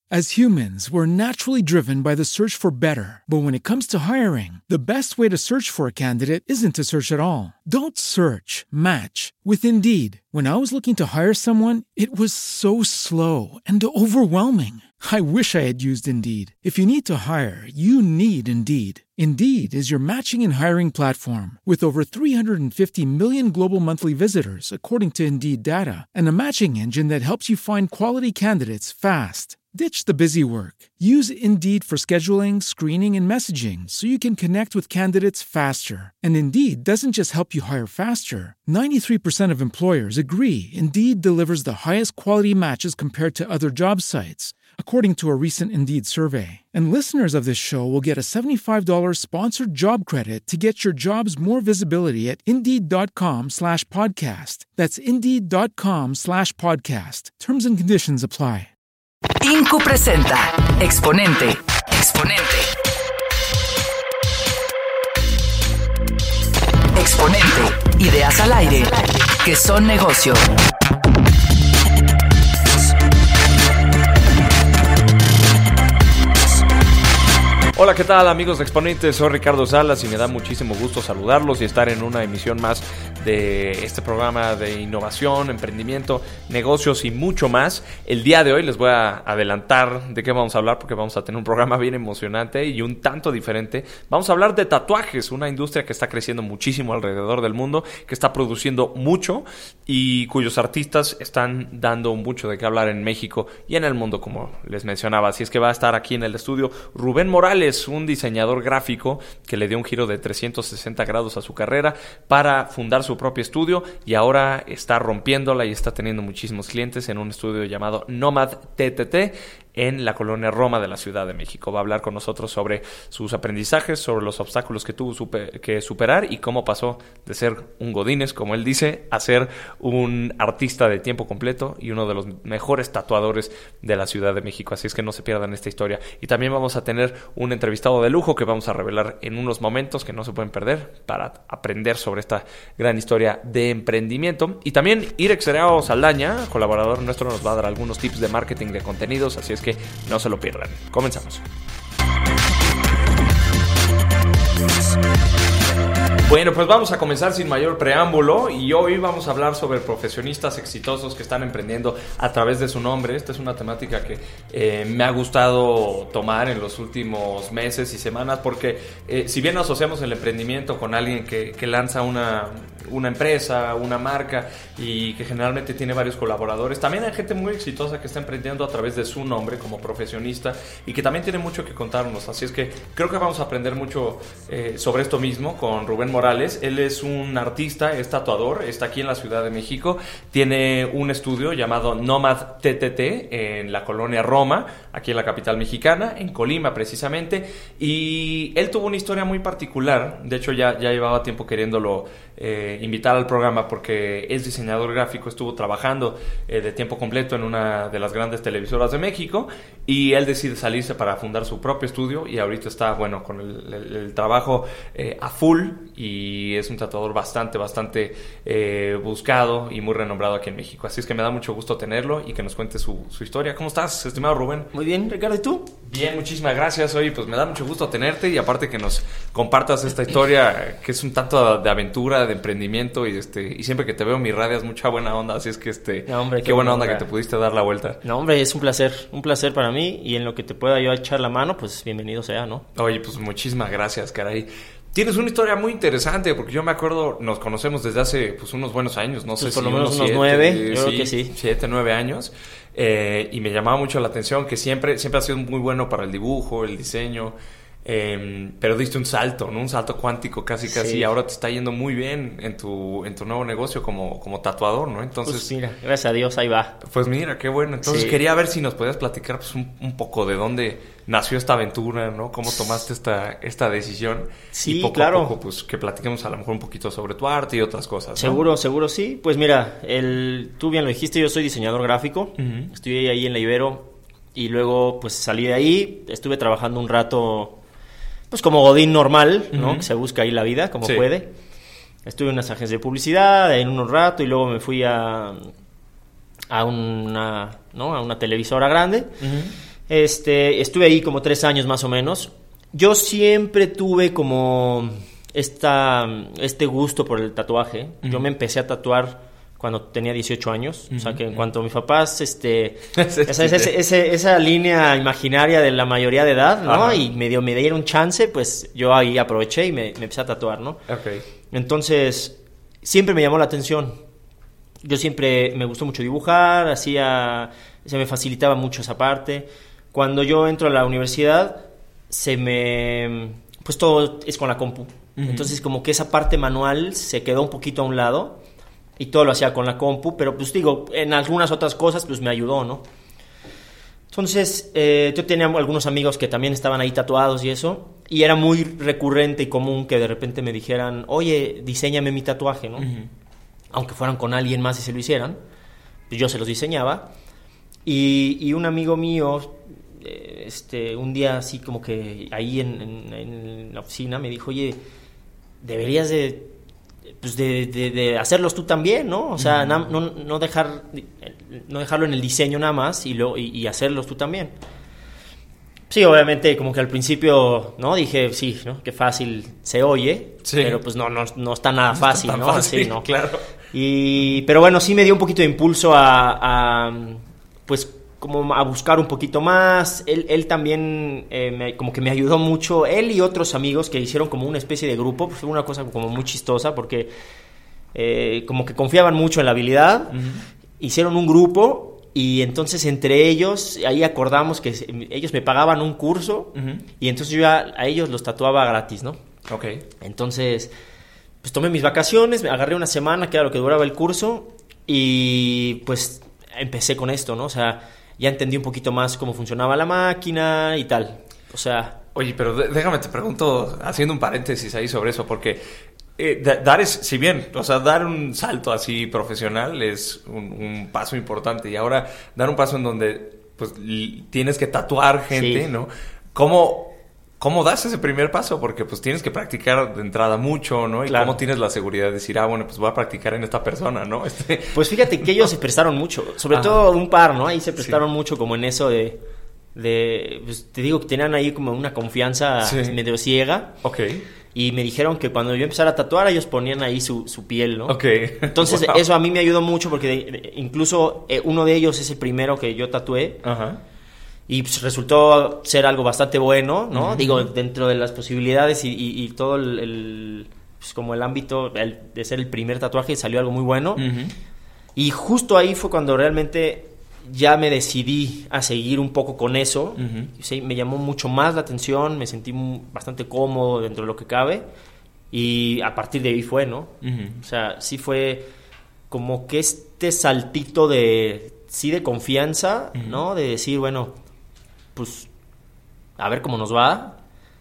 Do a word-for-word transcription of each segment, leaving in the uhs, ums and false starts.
As humans, we're naturally driven by the search for better. But when it comes to hiring, the best way to search for a candidate isn't to search at all. Don't search, match with Indeed. When I was looking to hire someone, it was so slow and overwhelming. I wish I had used Indeed. If you need to hire, you need Indeed. Indeed is your matching and hiring platform with over three hundred fifty million global monthly visitors, according to Indeed data, and a matching engine that helps you find quality candidates fast. Ditch the busy work. Use Indeed for scheduling, screening, and messaging so you can connect with candidates faster. And Indeed doesn't just help you hire faster. ninety-three percent of employers agree Indeed delivers the highest quality matches compared to other job sites, according to a recent Indeed survey. And listeners of this show will get a seventy-five dollars sponsored job credit to get your jobs more visibility at Indeed.com slash podcast. That's Indeed.com slash podcast. Terms and conditions apply. Incu presenta Exponente. Exponente. Exponente. Ideas al aire que son negocio. Hola, ¿qué tal amigos de Exponente? Soy Ricardo Salas y me da muchísimo gusto saludarlos y estar en una emisión más de este programa de innovación, emprendimiento, negocios y mucho más. El día de hoy les voy a adelantar de qué vamos a hablar porque vamos a tener un programa bien emocionante y un tanto diferente. Vamos a hablar de tatuajes, una industria que está creciendo muchísimo alrededor del mundo, que está produciendo mucho y cuyos artistas están dando mucho de qué hablar en México y en el mundo, como les mencionaba. Así es que va a estar aquí en el estudio Rubén Morales, un diseñador gráfico que le dio un giro de trescientos sesenta grados a su carrera para fundar su propio estudio y ahora está rompiéndola y está teniendo muchísimos clientes en un estudio llamado Nomad T T T en la colonia Roma de la Ciudad de México. Va a hablar con nosotros sobre sus aprendizajes, sobre los obstáculos que tuvo super, que superar y cómo pasó de ser un godínez, como él dice, a ser un artista de tiempo completo y uno de los mejores tatuadores de la Ciudad de México. Así es que no se pierdan esta historia. Y también vamos a tener un entrevistado de lujo que vamos a revelar en unos momentos que no se pueden perder para aprender sobre esta gran historia de emprendimiento. Y también Irex Serao Saldaña, colaborador nuestro, nos va a dar algunos tips de marketing de contenidos, así es que no se lo pierdan. Comenzamos. Bueno, pues vamos a comenzar sin mayor preámbulo y hoy vamos a hablar sobre profesionistas exitosos que están emprendiendo a través de su nombre. Esta es una temática que eh, me ha gustado tomar en los últimos meses y semanas porque eh, si bien asociamos el emprendimiento con alguien que, que lanza una, una empresa, una marca y que generalmente tiene varios colaboradores, también hay gente muy exitosa que está emprendiendo a través de su nombre como profesionista y que también tiene mucho que contarnos. Así es que creo que vamos a aprender mucho eh, sobre esto mismo con Rubén Morales. Él es un artista, es tatuador, está aquí en la Ciudad de México, tiene un estudio llamado Nomad T T T en la colonia Roma, aquí en la capital mexicana, en Colima precisamente, y él tuvo una historia muy particular. De hecho ya, ya llevaba tiempo queriéndolo eh, invitar al programa porque es diseñador gráfico, estuvo trabajando eh, de tiempo completo en una de las grandes televisoras de México y él decide salirse para fundar su propio estudio y ahorita está, bueno, con el, el, el trabajo eh, a full y es un tatuador bastante, bastante eh, buscado y muy renombrado aquí en México. Así es que me da mucho gusto tenerlo y que nos cuente su, su historia. ¿Cómo estás, estimado Rubén? Muy bien, Ricardo, ¿y tú? Bien, muchísimas gracias. Oye, pues me da mucho gusto tenerte y aparte que nos compartas esta historia que es un tanto de aventura, de emprendimiento y este y siempre que te veo me irradias mucha buena onda. Así es que este no, hombre, qué, qué buena onda onda que te pudiste dar la vuelta. No, hombre, es un placer, un placer para mí y en lo que te pueda yo echar la mano, pues bienvenido sea, ¿no? Oye, pues muchísimas gracias, caray. Tienes una historia muy interesante porque yo me acuerdo, nos conocemos desde hace pues unos buenos años, no pues sé por si lo menos unos, unos siete, nueve, yo sí, creo que sí. Siete, nueve años. Eh, y me llamaba mucho la atención que siempre, siempre has sido muy bueno para el dibujo, el diseño. Eh, pero diste un salto, ¿no? Un salto cuántico casi casi, sí. Y ahora te está yendo muy bien en tu en tu nuevo negocio como, como tatuador, ¿no? Entonces, pues mira, gracias a Dios, ahí va. Pues mira, qué bueno. Entonces sí. Quería ver si nos podías platicar pues, un, un poco de dónde nació esta aventura, ¿no? Cómo tomaste esta, esta decisión. Sí, y poco claro. a poco, pues que platiquemos a lo mejor un poquito sobre tu arte y otras cosas, ¿no? Seguro, seguro sí. Pues mira, el, tú bien lo dijiste, yo soy diseñador gráfico. Uh-huh. Estudié ahí en la Ibero y luego pues salí de ahí, estuve trabajando un rato pues como godín normal, ¿no? Uh-huh. Que se busca ahí la vida como sí. puede. Estuve en unas agencias de publicidad en un rato y luego me fui a a una, ¿no? a una televisora grande. Uh-huh. Este, estuve ahí como tres años más o menos. Yo siempre tuve como esta, este gusto por el tatuaje. Uh-huh. Yo me empecé a tatuar cuando tenía dieciocho años. Uh-huh. O sea, que en cuanto mis papás, este, esa, esa, esa, esa línea imaginaria de la mayoría de edad, ¿no? Uh-huh. Y medio me dieron chance, pues yo ahí aproveché y me, me empecé a tatuar, ¿no? Okay. Entonces, siempre me llamó la atención. Yo siempre me gustó mucho dibujar, hacía, se me facilitaba mucho esa parte. Cuando yo entro a la universidad, se me, pues todo es con la compu. Uh-huh. Entonces como que esa parte manual se quedó un poquito a un lado y todo lo hacía con la compu, pero pues digo, en algunas otras cosas pues me ayudó, ¿no? Entonces eh, yo tenía algunos amigos que también estaban ahí tatuados y eso, y era muy recurrente y común que de repente me dijeran, oye, diséñame mi tatuaje, ¿no? Uh-huh. Aunque fueran con alguien más y se lo hicieran, pues yo se los diseñaba. Y, y un amigo mío, este, un día así como que ahí en, en, en la oficina me dijo, oye, deberías de, pues de, de, de hacerlos tú también, ¿no? O sea, uh-huh. no, no, dejar, no dejarlo en el diseño nada más y, lo, y, y hacerlos tú también. Sí, obviamente como que al principio, ¿no? Dije, sí, ¿no? Qué fácil se oye, sí. Pero pues no, no, no está nada no fácil, está ¿no? Fácil, sí, ¿no? Claro. Y, pero bueno, sí me dio un poquito de impulso a, a pues como a buscar un poquito más. Él, él también eh, me, como que me ayudó mucho, él y otros amigos que hicieron como una especie de grupo. Pues fue una cosa como muy chistosa porque eh, como que confiaban mucho en la habilidad. Uh-huh. Hicieron un grupo y entonces entre ellos ahí acordamos que ellos me pagaban un curso. Uh-huh. Y entonces yo a, a ellos los tatuaba gratis, ¿no? Okay. Entonces pues tomé mis vacaciones, me agarré una semana que era lo que duraba el curso y pues empecé con esto, ¿no? O sea, ya entendí un poquito más cómo funcionaba la máquina y tal. O sea... Oye, pero déjame te pregunto, haciendo un paréntesis ahí sobre eso, porque eh, dar es, si bien, o sea, dar un salto así profesional es un, un paso importante, y ahora dar un paso en donde pues tienes que tatuar gente, sí. ¿no? ¿Cómo... ¿Cómo das ese primer paso? Porque pues tienes que practicar de entrada mucho, ¿no? Y claro. ¿Cómo tienes la seguridad de decir, ah, bueno, pues voy a practicar en esta persona, ¿no? Este... Pues fíjate que ellos se prestaron mucho, sobre Ajá. todo un par, ¿no? Ahí se prestaron sí. mucho como en eso de... de pues, te digo que tenían ahí como una confianza sí. medio ciega. Ok. Y me dijeron que cuando yo empezara a tatuar, ellos ponían ahí su, su piel, ¿no? Ok. Entonces wow. eso a mí me ayudó mucho porque de, de, incluso eh, uno de ellos es el primero que yo tatué. Ajá. Y pues resultó ser algo bastante bueno, ¿no? Uh-huh. Digo, dentro de las posibilidades y, y, y todo el, el... pues como el ámbito el, de ser el primer tatuaje, salió algo muy bueno. Uh-huh. Y justo ahí fue cuando realmente ya me decidí a seguir un poco con eso. Uh-huh. Sí, me llamó mucho más la atención, me sentí muy, bastante cómodo dentro de lo que cabe. Y a partir de ahí fue, ¿no? Uh-huh. O sea, sí fue como que este saltito de... sí de confianza, uh-huh. ¿no? De decir, bueno... pues a ver cómo nos va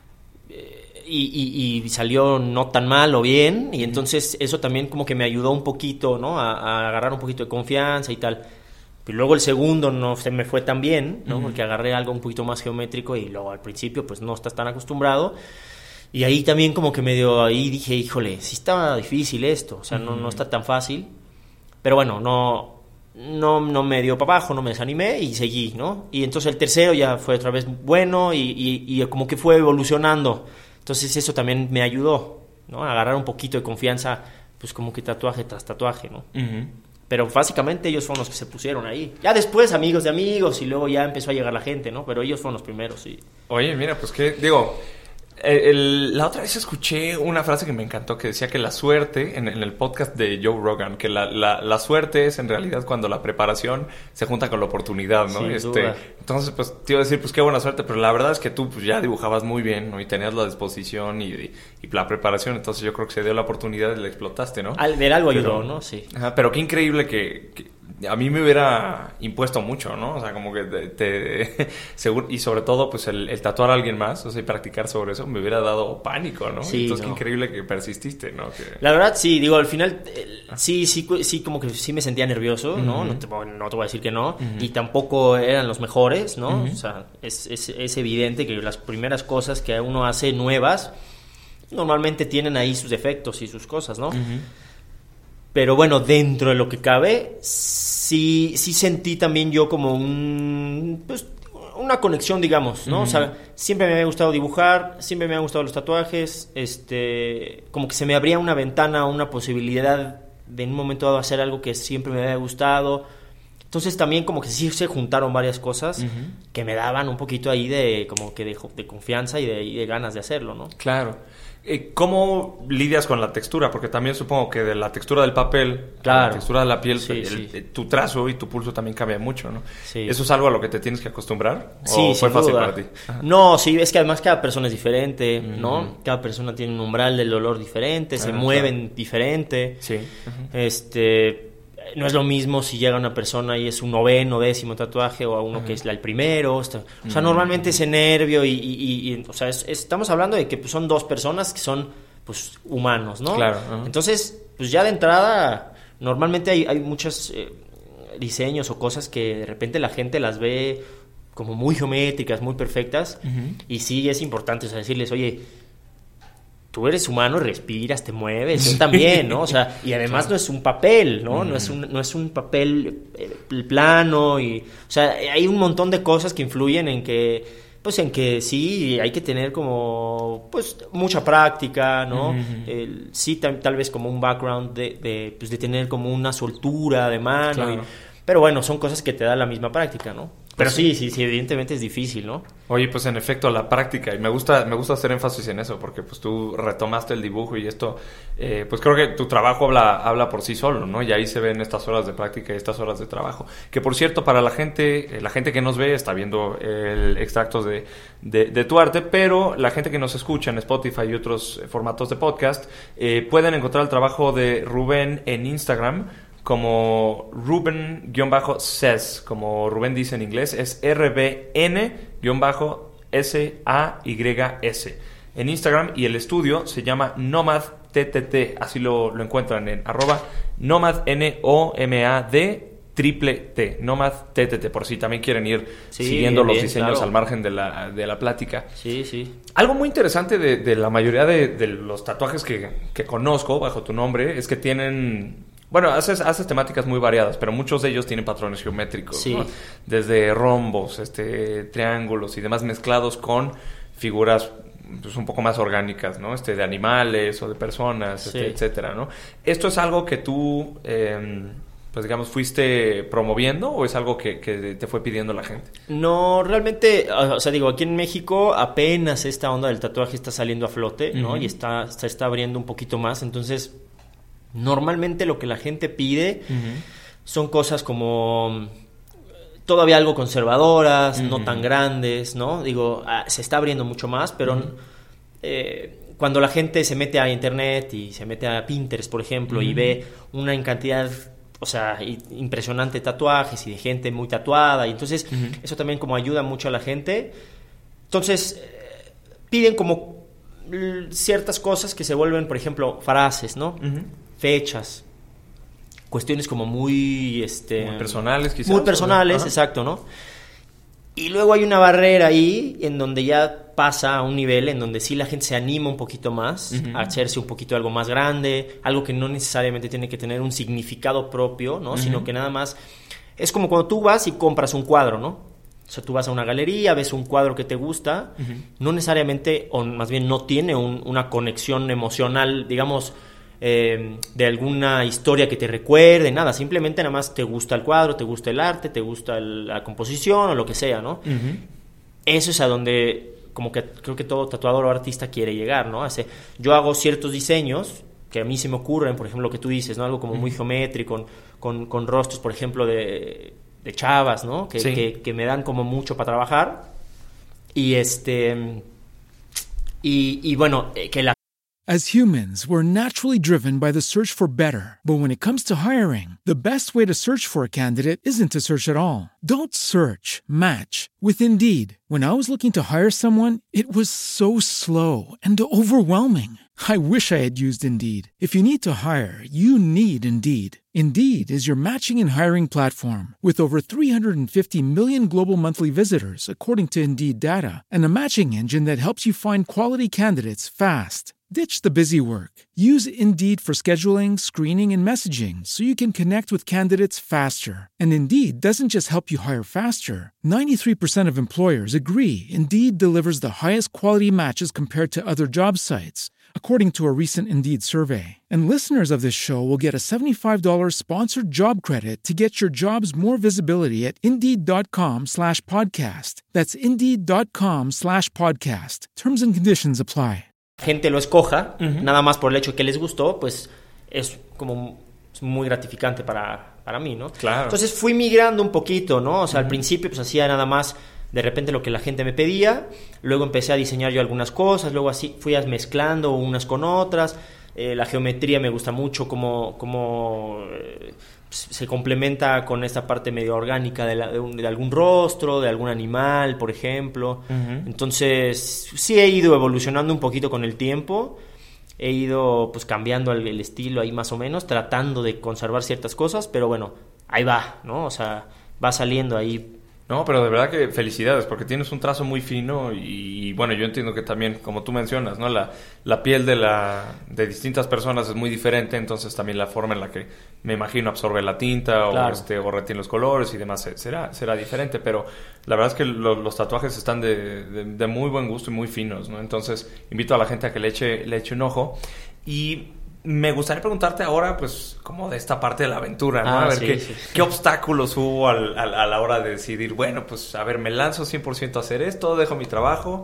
eh, y, y, y salió no tan mal o bien y entonces eso también como que me ayudó un poquito, ¿no? A, a agarrar un poquito de confianza y tal. Pero luego el segundo no se me fue tan bien, ¿no? Uh-huh. Porque agarré algo un poquito más geométrico y luego al principio pues no estás tan acostumbrado y ahí también como que medio ahí dije, híjole, sí está difícil esto, o sea, uh-huh. no, no está tan fácil, pero bueno, no... No, no me dio para abajo, no me desanimé y seguí, ¿no? Y entonces el tercero ya fue otra vez bueno y, y, y como que fue evolucionando. Entonces eso también me ayudó, ¿no? A agarrar un poquito de confianza, pues como que tatuaje tras tatuaje, ¿no? Uh-huh. Pero básicamente ellos fueron los que se pusieron ahí. Ya después amigos de amigos y luego ya empezó a llegar la gente, ¿no? Pero ellos fueron los primeros, sí. Oye, mira, pues que, digo... El, la otra vez escuché una frase que me encantó que decía que la suerte, en, en el podcast de Joe Rogan, que la, la, la suerte es en realidad cuando la preparación se junta con la oportunidad, ¿no? Sin este, duda. Entonces, pues te iba a decir, pues qué buena suerte, pero la verdad es que tú pues, ya dibujabas muy bien, ¿no? Y tenías la disposición y, y, y la preparación, entonces yo creo que se dio la oportunidad y la explotaste, ¿no? Al ver algo ayudó, pero, ¿no? Sí. Ajá, pero qué increíble que... que a mí me hubiera impuesto mucho, ¿no? O sea, como que te... te seguro, y sobre todo, pues, el, el tatuar a alguien más, o sea, y practicar sobre eso, me hubiera dado pánico, ¿no? Sí, Entonces, no. qué increíble que persististe, ¿no? Que... La verdad, sí, digo, al final, eh, sí, sí, sí, como que sí me sentía nervioso, ¿no? Uh-huh. No, te, no te voy a decir que no. Uh-huh. Y tampoco eran los mejores, ¿no? Uh-huh. O sea, es, es, es evidente que las primeras cosas que uno hace nuevas, normalmente tienen ahí sus defectos y sus cosas, ¿no? Uh-huh. Pero bueno, dentro de lo que cabe, sí, sí sentí también yo como un, pues, una conexión, digamos, ¿no? Uh-huh. O sea, siempre me había gustado dibujar, siempre me habían gustado los tatuajes, este, como que se me abría una ventana, una posibilidad de en un momento dado hacer algo que siempre me había gustado. Entonces también como que sí se juntaron varias cosas uh-huh. que me daban un poquito ahí de como que de, de confianza y de, y de ganas de hacerlo, ¿no? Claro. ¿Cómo lidias con la textura? Porque también supongo que de la textura del papel, claro. la textura de la piel, sí, el, sí. El, tu trazo y tu pulso también cambia mucho, ¿no? Sí. ¿Eso es algo a lo que te tienes que acostumbrar? Sí, ¿O fue fácil duda. para ti? Ajá. No, sí, es que además cada persona es diferente, Uh-huh. ¿no? Cada persona tiene un umbral del dolor diferente, se Ah, mueven claro. diferente. Sí. Uh-huh. Este... No es lo mismo si llega una persona y es un noveno, décimo tatuaje o a uno uh-huh. que es el primero. Está, o sea, uh-huh. normalmente ese nervio y... y, y, y o sea, es, es, estamos hablando de que pues, son dos personas que son pues humanos, ¿no? Claro. Uh-huh. Entonces, pues ya de entrada, normalmente hay, hay muchos eh, diseños o cosas que de repente la gente las ve como muy geométricas, muy perfectas. Uh-huh. Y sí es importante, o sea, decirles, oye... Tú eres humano, respiras, te mueves, yo también, ¿no? O sea, y además claro. no es un papel, ¿no? Mm. No es un, no es un papel eh, plano y... O sea, hay un montón de cosas que influyen en que... Pues en que sí, hay que tener como... Pues mucha práctica, ¿no? Mm-hmm. El, sí, tal, tal vez como un background de, de, pues, de tener como una soltura de mano. Claro. Y, pero bueno, son cosas que te da la misma práctica, ¿no? Pero sí, sí, sí, evidentemente es difícil, ¿no? Oye, pues en efecto, la práctica, y me gusta me gusta hacer énfasis en eso, porque pues tú retomaste el dibujo y esto, eh, pues creo que tu trabajo habla, habla por sí solo, ¿no? Y ahí se ven estas horas de práctica y estas horas de trabajo. Que por cierto, para la gente, eh, la gente que nos ve está viendo el extractos de, de, de tu arte, pero la gente que nos escucha en Spotify y otros formatos de podcast, eh, pueden encontrar el trabajo de Rubén en Instagram, como Ruben-Says, como Rubén dice en inglés, es R B N-S A Y S en Instagram, y el estudio se llama Nomad T T T, así lo, lo encuentran en arroba Nomad N O M A D triple T, Nomad T T T, por si también quieren ir sí, siguiendo bien, los diseños claro. al margen de la, de la plática. Sí, sí. Algo muy interesante de, de la mayoría de, de los tatuajes que, que conozco bajo tu nombre es que tienen... Bueno, haces, haces temáticas muy variadas, pero muchos de ellos tienen patrones geométricos, sí. ¿no? Desde rombos, este, triángulos y demás mezclados con figuras pues, un poco más orgánicas, ¿no? Este, de animales o de personas, sí. este, etcétera, ¿no? ¿Esto es algo que tú, eh, pues digamos, fuiste promoviendo o es algo que, que te fue pidiendo la gente? No, realmente, o sea, digo, aquí en México apenas esta onda del tatuaje está saliendo a flote, ¿no? Uh-huh. Y está, se está abriendo un poquito más, entonces... Normalmente lo que la gente pide uh-huh. son cosas como todavía algo conservadoras, uh-huh. no tan grandes, ¿no? Digo, ah, se está abriendo mucho más, pero uh-huh. eh, cuando la gente se mete a internet y se mete a Pinterest, por ejemplo, uh-huh. y ve una cantidad, o sea, impresionante de tatuajes y de gente muy tatuada, y entonces uh-huh. eso también como ayuda mucho a la gente. Entonces eh, piden como ciertas cosas que se vuelven, por ejemplo, frases, ¿no? Uh-huh. Fechas, cuestiones como muy... Este, muy personales, quizás. Muy personales, exacto, ¿no? Y luego hay una barrera ahí en donde ya pasa a un nivel en donde sí la gente se anima un poquito más uh-huh. a hacerse un poquito algo más grande, algo que no necesariamente tiene que tener un significado propio, ¿no? Uh-huh. Sino que nada más... Es como cuando tú vas y compras un cuadro, ¿no? O sea, tú vas a una galería, ves un cuadro que te gusta, uh-huh. no necesariamente, o más bien no tiene un, una conexión emocional, digamos... Eh, de alguna historia que te recuerde, nada, simplemente nada más te gusta el cuadro, te gusta el arte, te gusta el, la composición o lo que sea, ¿no? Uh-huh. Eso es a donde como que creo que todo tatuador o artista quiere llegar, ¿no? O sea, yo hago ciertos diseños que a mí se me ocurren, por ejemplo, lo que tú dices, ¿no? Algo como uh-huh. muy geométrico, con, con, con rostros, por ejemplo, de, de chavas, ¿no? Que, sí. que, que me dan como mucho para trabajar. Y este... Y, y bueno, que la As humans, we're naturally driven by the search for better. But when it comes to hiring, the best way to search for a candidate isn't to search at all. Don't search, match with Indeed. When I was looking to hire someone, it was so slow and overwhelming. I wish I had used Indeed. If you need to hire, you need Indeed. Indeed is your matching and hiring platform with over three hundred fifty million global monthly visitors, according to Indeed data, and a matching engine that helps you find quality candidates fast. Ditch the busy work. Use Indeed for scheduling, screening, and messaging so you can connect with candidates faster. And Indeed doesn't just help you hire faster. ninety-three percent of employers agree Indeed delivers the highest quality matches compared to other job sites, according to a recent Indeed survey. And listeners of this show will get a seventy-five dollars sponsored job credit to get your jobs more visibility at Indeed.com slash podcast. That's Indeed.com slash podcast. Terms and conditions apply. Gente lo escoja, Uh-huh. nada más por el hecho de que les gustó, pues es como es muy gratificante para, para mí, ¿no? Claro. Entonces fui migrando un poquito, ¿no? O sea, uh-huh. al principio pues hacía nada más de repente lo que la gente me pedía, luego empecé a diseñar yo algunas cosas, luego así fui mezclando unas con otras, eh, la geometría me gusta mucho, como, como eh, se complementa con esta parte medio orgánica de, la, de, un, de algún rostro, de algún animal, por ejemplo. Uh-huh. Entonces sí he ido evolucionando un poquito con el tiempo, he ido pues cambiando el, el estilo ahí más o menos, tratando de conservar ciertas cosas, pero bueno, ahí va, ¿no? O sea, va saliendo ahí. No, pero de verdad que felicidades, porque tienes un trazo muy fino y, y bueno, yo entiendo que también, como tú mencionas, ¿no? La, la piel de la de distintas personas es muy diferente, entonces también la forma en la que, me imagino, absorbe la tinta claro. o, este, o retiene los colores y demás será, será diferente, pero la verdad es que lo, los tatuajes están de, de, de muy buen gusto y muy finos, ¿no? Entonces, invito a la gente a que le eche, le eche un ojo. Y me gustaría preguntarte ahora, pues, como de esta parte de la aventura, ¿no? Ah, a ver, sí, ¿qué, sí. ¿qué obstáculos hubo al, al, a la hora de decidir, bueno, pues, a ver, me lanzo cien por ciento a hacer esto, dejo mi trabajo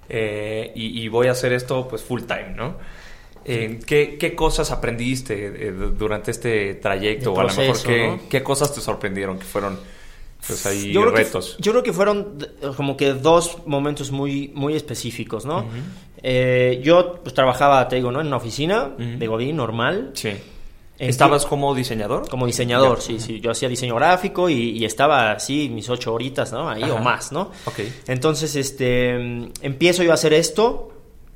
eh, y, y voy a hacer esto, pues, full time, ¿no? Eh, ¿qué, ¿Qué cosas aprendiste eh, durante este trayecto? El o a lo mejor, proceso, ¿qué, ¿no? ¿qué cosas te sorprendieron que fueron, pues, ahí yo creo retos? Que, yo creo que fueron como que dos momentos muy, muy específicos, ¿no? Uh-huh. Eh, yo pues trabajaba, te digo, ¿no? En una oficina uh-huh. de Godín normal. Sí. ¿Estabas como diseñador? Como diseñador, yeah. sí, sí. Yo hacía diseño gráfico y, y estaba así mis ocho horitas, ¿no? Ahí, ajá, o más, ¿no? Okay. Entonces, este, empiezo yo a hacer esto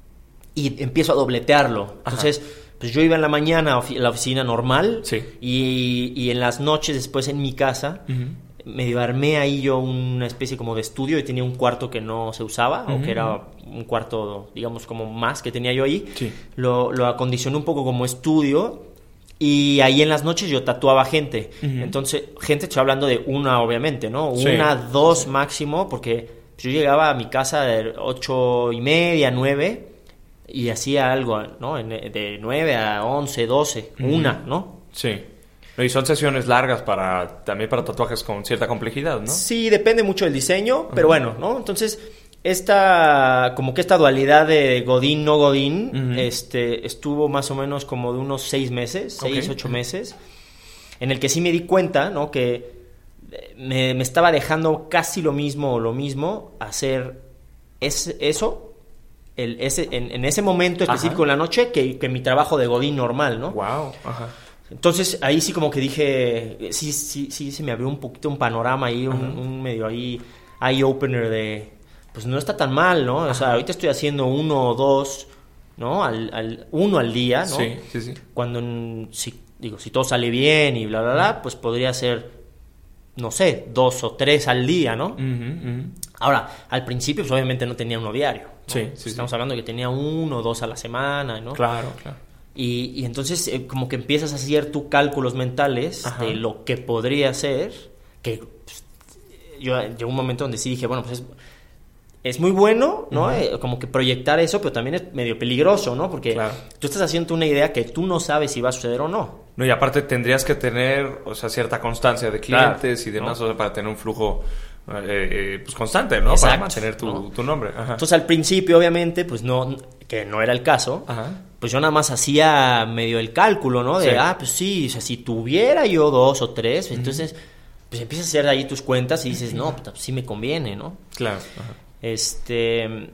y empiezo a dobletearlo. Entonces, ajá, pues yo iba en la mañana a la oficina normal, sí, y, y en las noches después en mi casa, uh-huh, medio armé ahí yo una especie como de estudio y tenía un cuarto que no se usaba, uh-huh, o que era un cuarto, digamos, como más que tenía yo ahí. Sí. Lo, lo acondicioné un poco como estudio y ahí en las noches yo tatuaba gente. Uh-huh. Entonces, gente, estoy hablando de una, obviamente, ¿no? Sí. Una, dos sí, máximo, porque yo llegaba a mi casa de ocho y media, nueve, y hacía algo, ¿no? De nueve a once, doce, uh-huh, una, ¿no? Sí. Y son sesiones largas para también para tatuajes con cierta complejidad, ¿no? Sí, depende mucho del diseño, uh-huh, pero bueno, ¿no? Entonces, esta, como que esta dualidad de Godín, no Godín, uh-huh, este, estuvo más o menos como de unos seis meses, seis, okay, ocho meses, en el que sí me di cuenta, ¿no? Que me, me estaba dejando casi lo mismo o lo mismo hacer es, eso, el, ese, en, en ese momento específico, ajá, en la noche, que, que mi trabajo de Godín normal, ¿no? Wow, ajá. Entonces ahí sí como que dije, sí, sí, sí, se me abrió un poquito un panorama ahí, un, un medio ahí eye-opener de, pues no está tan mal, ¿no? O sea, ahorita estoy haciendo uno o dos, ¿no? Al, al, uno al día, ¿no? Sí, sí, sí. Cuando, si, digo, si todo sale bien y bla, bla, bla, pues podría ser, no sé, dos o tres al día, ¿no? Uh-huh, uh-huh. Ahora, al principio, pues obviamente no tenía uno diario, ¿no? Sí, sí. Estamos sí. hablando de que tenía uno o dos a la semana, ¿no? Claro, claro. Y, y entonces eh, como que empiezas a hacer tus cálculos mentales, ajá, de lo que podría ser, que pues, yo llegó un momento donde sí dije, bueno, pues es, es muy bueno, ¿no? Uh-huh. Eh, como que proyectar eso, pero también es medio peligroso, ¿no? Porque claro, tú estás haciendo una idea que tú no sabes si va a suceder o no. No, y aparte tendrías que tener, o sea, cierta constancia de clientes, claro, y demás, ¿no? O sea, para tener un flujo eh, eh, pues constante, ¿no? Exacto, para mantener tu, ¿no? tu nombre. Ajá. Entonces al principio, obviamente, pues no, que no era el caso, ajá, pues yo nada más hacía medio el cálculo, ¿no? De, sí, ah, pues sí, o sea, si tuviera yo dos o tres, uh-huh, entonces, pues empiezas a hacer ahí tus cuentas y dices, uh-huh, no, pues sí me conviene, ¿no? Claro. Ajá. Este,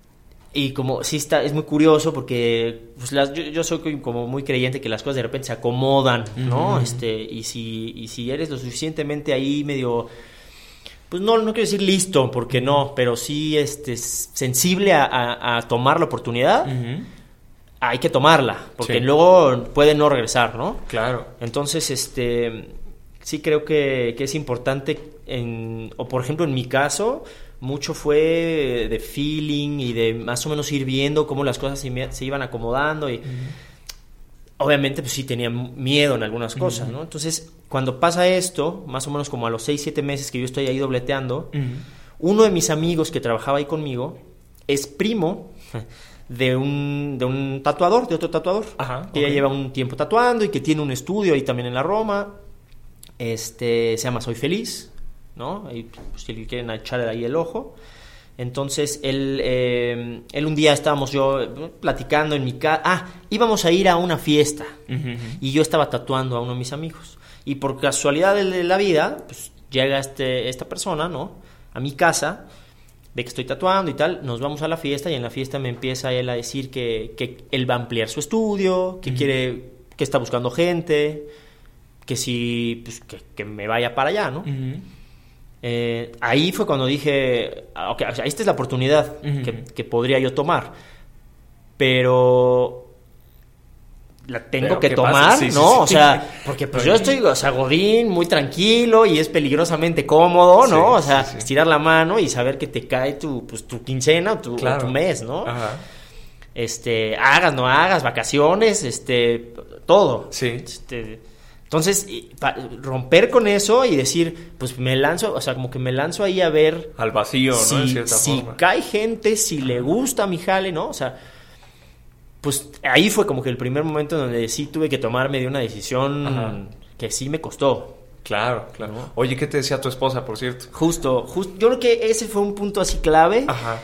y como, sí está, es muy curioso porque, pues las, yo, yo soy como muy creyente que las cosas de repente se acomodan, ¿no? Uh-huh. Este, y si, y si eres lo suficientemente ahí medio, pues no, no quiero decir listo, porque no, pero sí, este, sensible a, a, a tomar la oportunidad, uh-huh, hay que tomarla, porque sí, luego puede no regresar, ¿no? Claro. Entonces, este, sí creo que, que es importante, en, o por ejemplo en mi caso, mucho fue de feeling y de más o menos ir viendo cómo las cosas se, se iban acomodando y... Uh-huh. Obviamente, pues sí tenía miedo en algunas cosas, ¿no? Entonces, cuando pasa esto, más o menos como a los seis, siete meses que yo estoy ahí dobleteando, uh-huh. uno de mis amigos que trabajaba ahí conmigo es primo de un, de un tatuador, de otro tatuador, Ajá, que okay. ya lleva un tiempo tatuando y que tiene un estudio ahí también en la Roma. Este, se llama Soy Feliz, ¿no? Y, pues, si le quieren echar ahí el ojo. Entonces, él, eh, él un día estábamos yo platicando en mi casa. Ah, íbamos a ir a una fiesta. Uh-huh. Y yo estaba tatuando a uno de mis amigos. Y por casualidad de la vida, pues llega este, esta persona, ¿no? A mi casa, ve que estoy tatuando y tal. Nos vamos a la fiesta y en la fiesta me empieza él a decir que, que él va a ampliar su estudio, que uh-huh. quiere, que está buscando gente, que si, pues, que, que me vaya para allá, ¿no? Uh-huh. Eh, ahí fue cuando dije, okay, o sea, esta es la oportunidad uh-huh. que, que podría yo tomar, pero la tengo pero que tomar, sí, ¿no? Sí, sí. O sea, porque pues yo estoy, o sea, godín, muy tranquilo y es peligrosamente cómodo, ¿no? Sí, o sea, sí, sí. estirar la mano y saber que te cae tu, pues, tu quincena o tu, claro. o tu mes, ¿no? Ajá. Este, hagas, no hagas, vacaciones, este, todo. Sí. Este, Entonces, romper con eso y decir, pues me lanzo, o sea, como que me lanzo ahí a ver... Al vacío, si, ¿no? En cierta si forma. cae gente, si le gusta mi jale, ¿no? O sea, pues ahí fue como que el primer momento donde sí tuve que tomarme de una decisión Ajá. que sí me costó. Claro, claro. ¿No? Oye, ¿qué te decía tu esposa, por cierto? Justo, justo. Yo creo que ese fue un punto así clave. Ajá.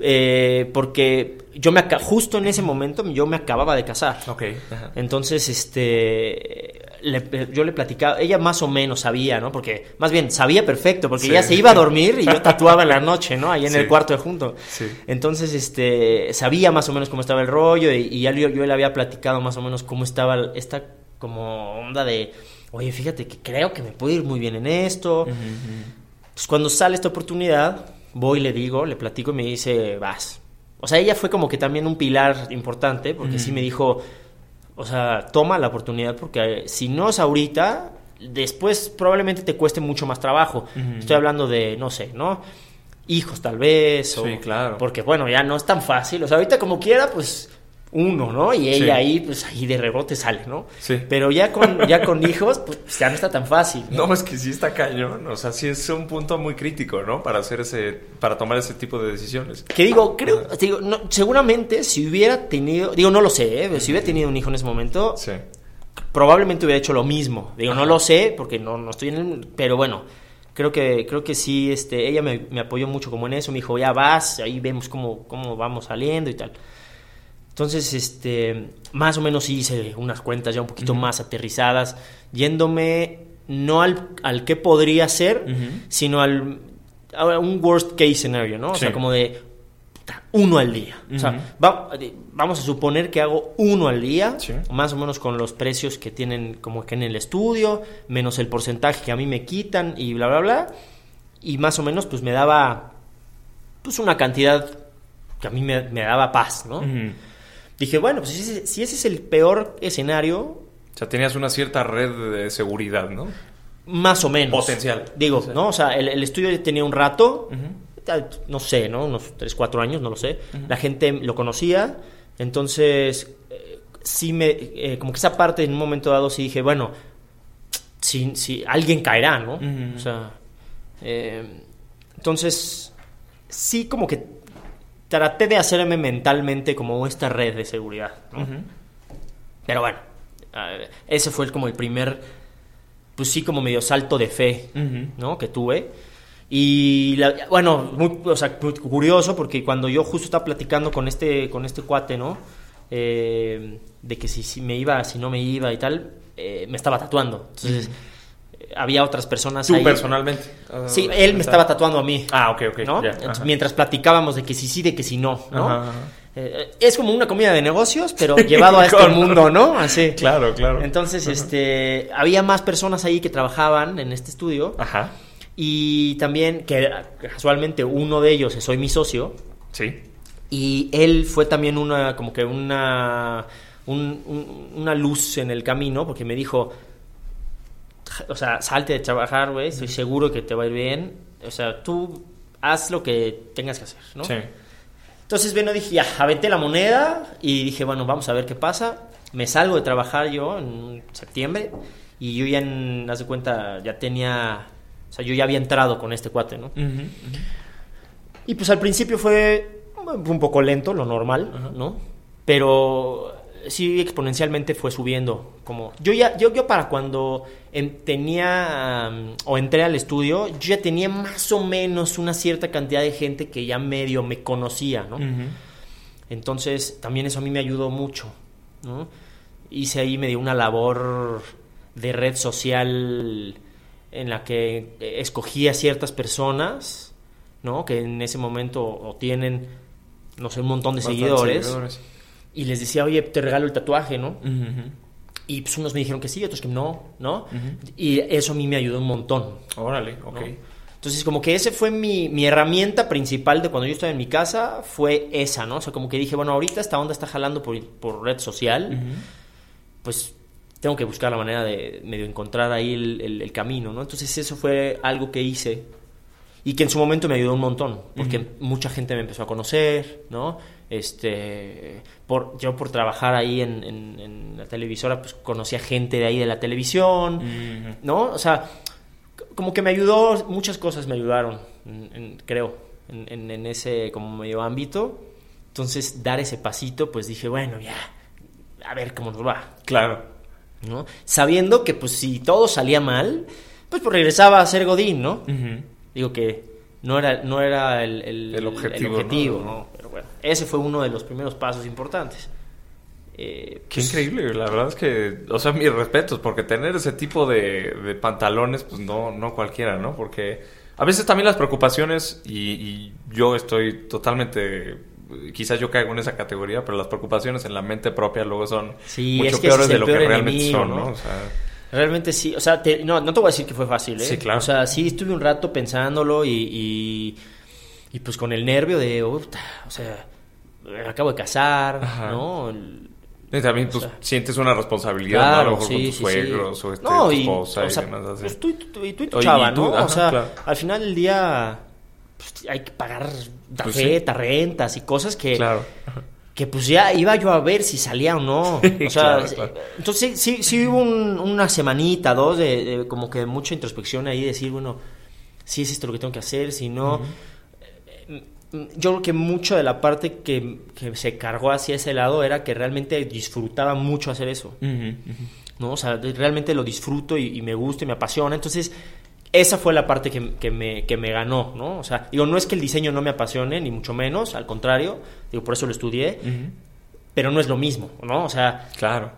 Eh, porque yo me justo en ese momento yo me acababa de casar. Okay. Ajá. Entonces, este... Le, yo le platicaba, ella más o menos sabía, ¿no? Porque, más bien, sabía perfecto, porque sí. ella se iba a dormir y yo tatuaba en la noche, ¿no? Ahí en sí. el cuarto de junto. Sí. Entonces, este, sabía más o menos cómo estaba el rollo y, y ya yo, yo le había platicado más o menos cómo estaba esta como onda de, oye, fíjate que creo que me puede ir muy bien en esto. Uh-huh. Entonces, cuando sale esta oportunidad, voy, le digo, le platico y me dice, vas. O sea, ella fue como que también un pilar importante, porque uh-huh. sí me dijo... O sea, toma la oportunidad porque si no es ahorita, después probablemente te cueste mucho más trabajo. Uh-huh. Estoy hablando de, no sé, ¿no? Hijos tal vez. Sí, o, claro. Porque, bueno, ya no es tan fácil. O sea, ahorita como quiera, pues uno, ¿no? Y ella sí. ahí, pues ahí de rebote sale, ¿no? Sí. Pero ya con, ya con hijos, pues ya no está tan fácil, ¿no? No, es que sí está cañón. O sea, sí es un punto muy crítico, ¿no? Para hacer ese, para tomar ese tipo de decisiones. Que digo, creo, uh-huh. digo, no, seguramente si hubiera tenido, digo, no lo sé, ¿eh? Si hubiera tenido un hijo en ese momento, sí. probablemente hubiera hecho lo mismo. Digo, uh-huh. no lo sé, porque no, no estoy en el, pero bueno, creo que, creo que sí, este, ella me, me apoyó mucho como en eso, me dijo, ya vas, ahí vemos cómo, cómo vamos saliendo y tal. Entonces, este, más o menos hice unas cuentas ya un poquito uh-huh. más aterrizadas, yéndome no al, al qué podría ser, uh-huh. sino al a un worst case scenario, ¿no? O sí. sea, como de uno al día. Uh-huh. O sea, va, vamos a suponer que hago uno al día, sí. más o menos con los precios que tienen como que en el estudio, menos el porcentaje que a mí me quitan y bla, bla, bla. Y más o menos, pues me daba pues una cantidad que a mí me, me daba paz, ¿no? Uh-huh. Dije, bueno, pues si ese, si ese es el peor escenario... O sea, tenías una cierta red de seguridad, ¿no? Más o menos. Potencial. Digo, sí. ¿no? O sea, el, el estudio tenía un rato, uh-huh. no sé, ¿no? Unos tres, cuatro años, no lo sé. Uh-huh. La gente lo conocía, entonces eh, sí me... Eh, como que esa parte en un momento dado sí dije, bueno, si, si alguien caerá, ¿no? Uh-huh. O sea, eh, entonces sí como que... Traté de hacerme mentalmente como esta red de seguridad, ¿no? Uh-huh. Pero bueno, uh, ese fue como el primer, pues sí, como medio salto de fe, uh-huh. ¿no? Que tuve. Y, la, bueno, muy, o sea, muy curioso porque cuando yo justo estaba platicando con este, con este cuate, ¿no? Eh, de que si, si me iba, si no me iba y tal, eh, me estaba tatuando. Entonces... Uh-huh. Había otras personas ¿Tú ahí. ¿Tú personalmente? Uh, sí, él me estaba tatuando a mí. Ah, ok, ok. ¿no? Yeah, mientras platicábamos de que sí sí, de que sí no, ¿no? Ajá, ajá. Eh, es como una comida de negocios, pero llevado a este mundo, ¿no? Así. Claro, claro. Entonces, ajá. este, había más personas ahí que trabajaban en este estudio. Ajá. Y también, que casualmente uno de ellos soy mi socio. Sí. Y él fue también una, como que una, un, un, una luz en el camino, porque me dijo... O sea, salte de trabajar, güey, estoy seguro que te va a ir bien. O sea, tú haz lo que tengas que hacer, ¿no? Sí. Entonces, bueno, dije, ya, aventé la moneda y dije, bueno, vamos a ver qué pasa. Me salgo de trabajar yo en septiembre y yo ya, en, haz de cuenta, ya tenía, o sea, yo ya había entrado con este cuate, ¿no? Uh-huh, uh-huh. Y pues al principio fue un poco lento, lo normal, uh-huh. ¿no? Pero sí, exponencialmente fue subiendo. Como yo ya, yo, yo para cuando en, tenía um, o entré al estudio, yo ya tenía más o menos una cierta cantidad de gente que ya medio me conocía, ¿no? Uh-huh. Entonces también eso a mí me ayudó mucho, ¿no? Hice ahí medio una labor de red social en la que escogía ciertas personas, ¿no? Que en ese momento o tienen, no sé, un montón de seguidores, seguidores y les decía, oye, te regalo el tatuaje, ¿no? Uh-huh. Y pues unos me dijeron que sí, otros que no, ¿no? Uh-huh. Y eso a mí me ayudó un montón. Órale, ok. ¿no? Entonces, como que ese fue mi, mi herramienta principal de cuando yo estaba en mi casa, fue esa, ¿no? O sea, como que dije, bueno, ahorita esta onda está jalando por, por red social, uh-huh. pues tengo que buscar la manera de medio encontrar ahí el, el, el camino, ¿no? Entonces, eso fue algo que hice y que en su momento me ayudó un montón, porque uh-huh. mucha gente me empezó a conocer, ¿no? Este, por, yo por trabajar ahí en, en, en la televisora, pues conocía gente de ahí de la televisión, uh-huh. ¿no? O sea, como que me ayudó, muchas cosas me ayudaron, en, en, creo, en, en, en ese como medio ámbito. Entonces, dar ese pasito, pues dije, bueno, ya, a ver cómo nos va. Claro. ¿No? Sabiendo que, pues, si todo salía mal, pues, pues regresaba a ser Godín, ¿no? Uh-huh. Digo que no era, no era el, el, el objetivo, el objetivo, ¿no? ¿no? Pero bueno, ese fue uno de los primeros pasos importantes. Eh, Qué pues, increíble, la verdad es que, o sea, mis respetos, porque tener ese tipo de, de pantalones, pues no, no cualquiera, ¿no? Porque a veces también las preocupaciones, y, y yo estoy totalmente, quizás yo caigo en esa categoría, pero las preocupaciones en la mente propia luego son sí, mucho es que peores es de lo peor que realmente enemigo, son, ¿no? ¿no? O sea, realmente sí, o sea, te, no, no te voy a decir que fue fácil, ¿eh? Sí, claro. O sea, sí estuve un rato pensándolo y, y, y pues con el nervio de, uh, o sea, me acabo de casar, ajá. ¿no? El, y también pues, o sea, sientes una responsabilidad, claro, ¿no? A lo mejor sí, con tus sí, suegros sí. o este, no, tu y, esposa o y sea, demás así. Pues tú, tú, y tú y tu o, chava, y tú, ¿no? ajá, o sea, claro. Al final del día pues, hay que pagar tarjeta, pues sí. rentas y cosas que... Claro. Que pues ya iba yo a ver si salía o no. O sea, claro, claro. Entonces sí, sí hubo un, una semanita, dos, de, de como que mucha introspección ahí, decir, bueno, si es esto lo que tengo que hacer, si no... Uh-huh. Yo creo que mucho de la parte que, que se cargó hacia ese lado era que realmente disfrutaba mucho hacer eso. Uh-huh, uh-huh. ¿No? O sea, realmente lo disfruto y, y me gusta y me apasiona. Entonces, esa fue la parte que, que, me, que me ganó, ¿no? O sea, digo, no es que el diseño no me apasione, ni mucho menos, al contrario, digo, por eso lo estudié, uh-huh. pero no es lo mismo, ¿no? O sea, claro.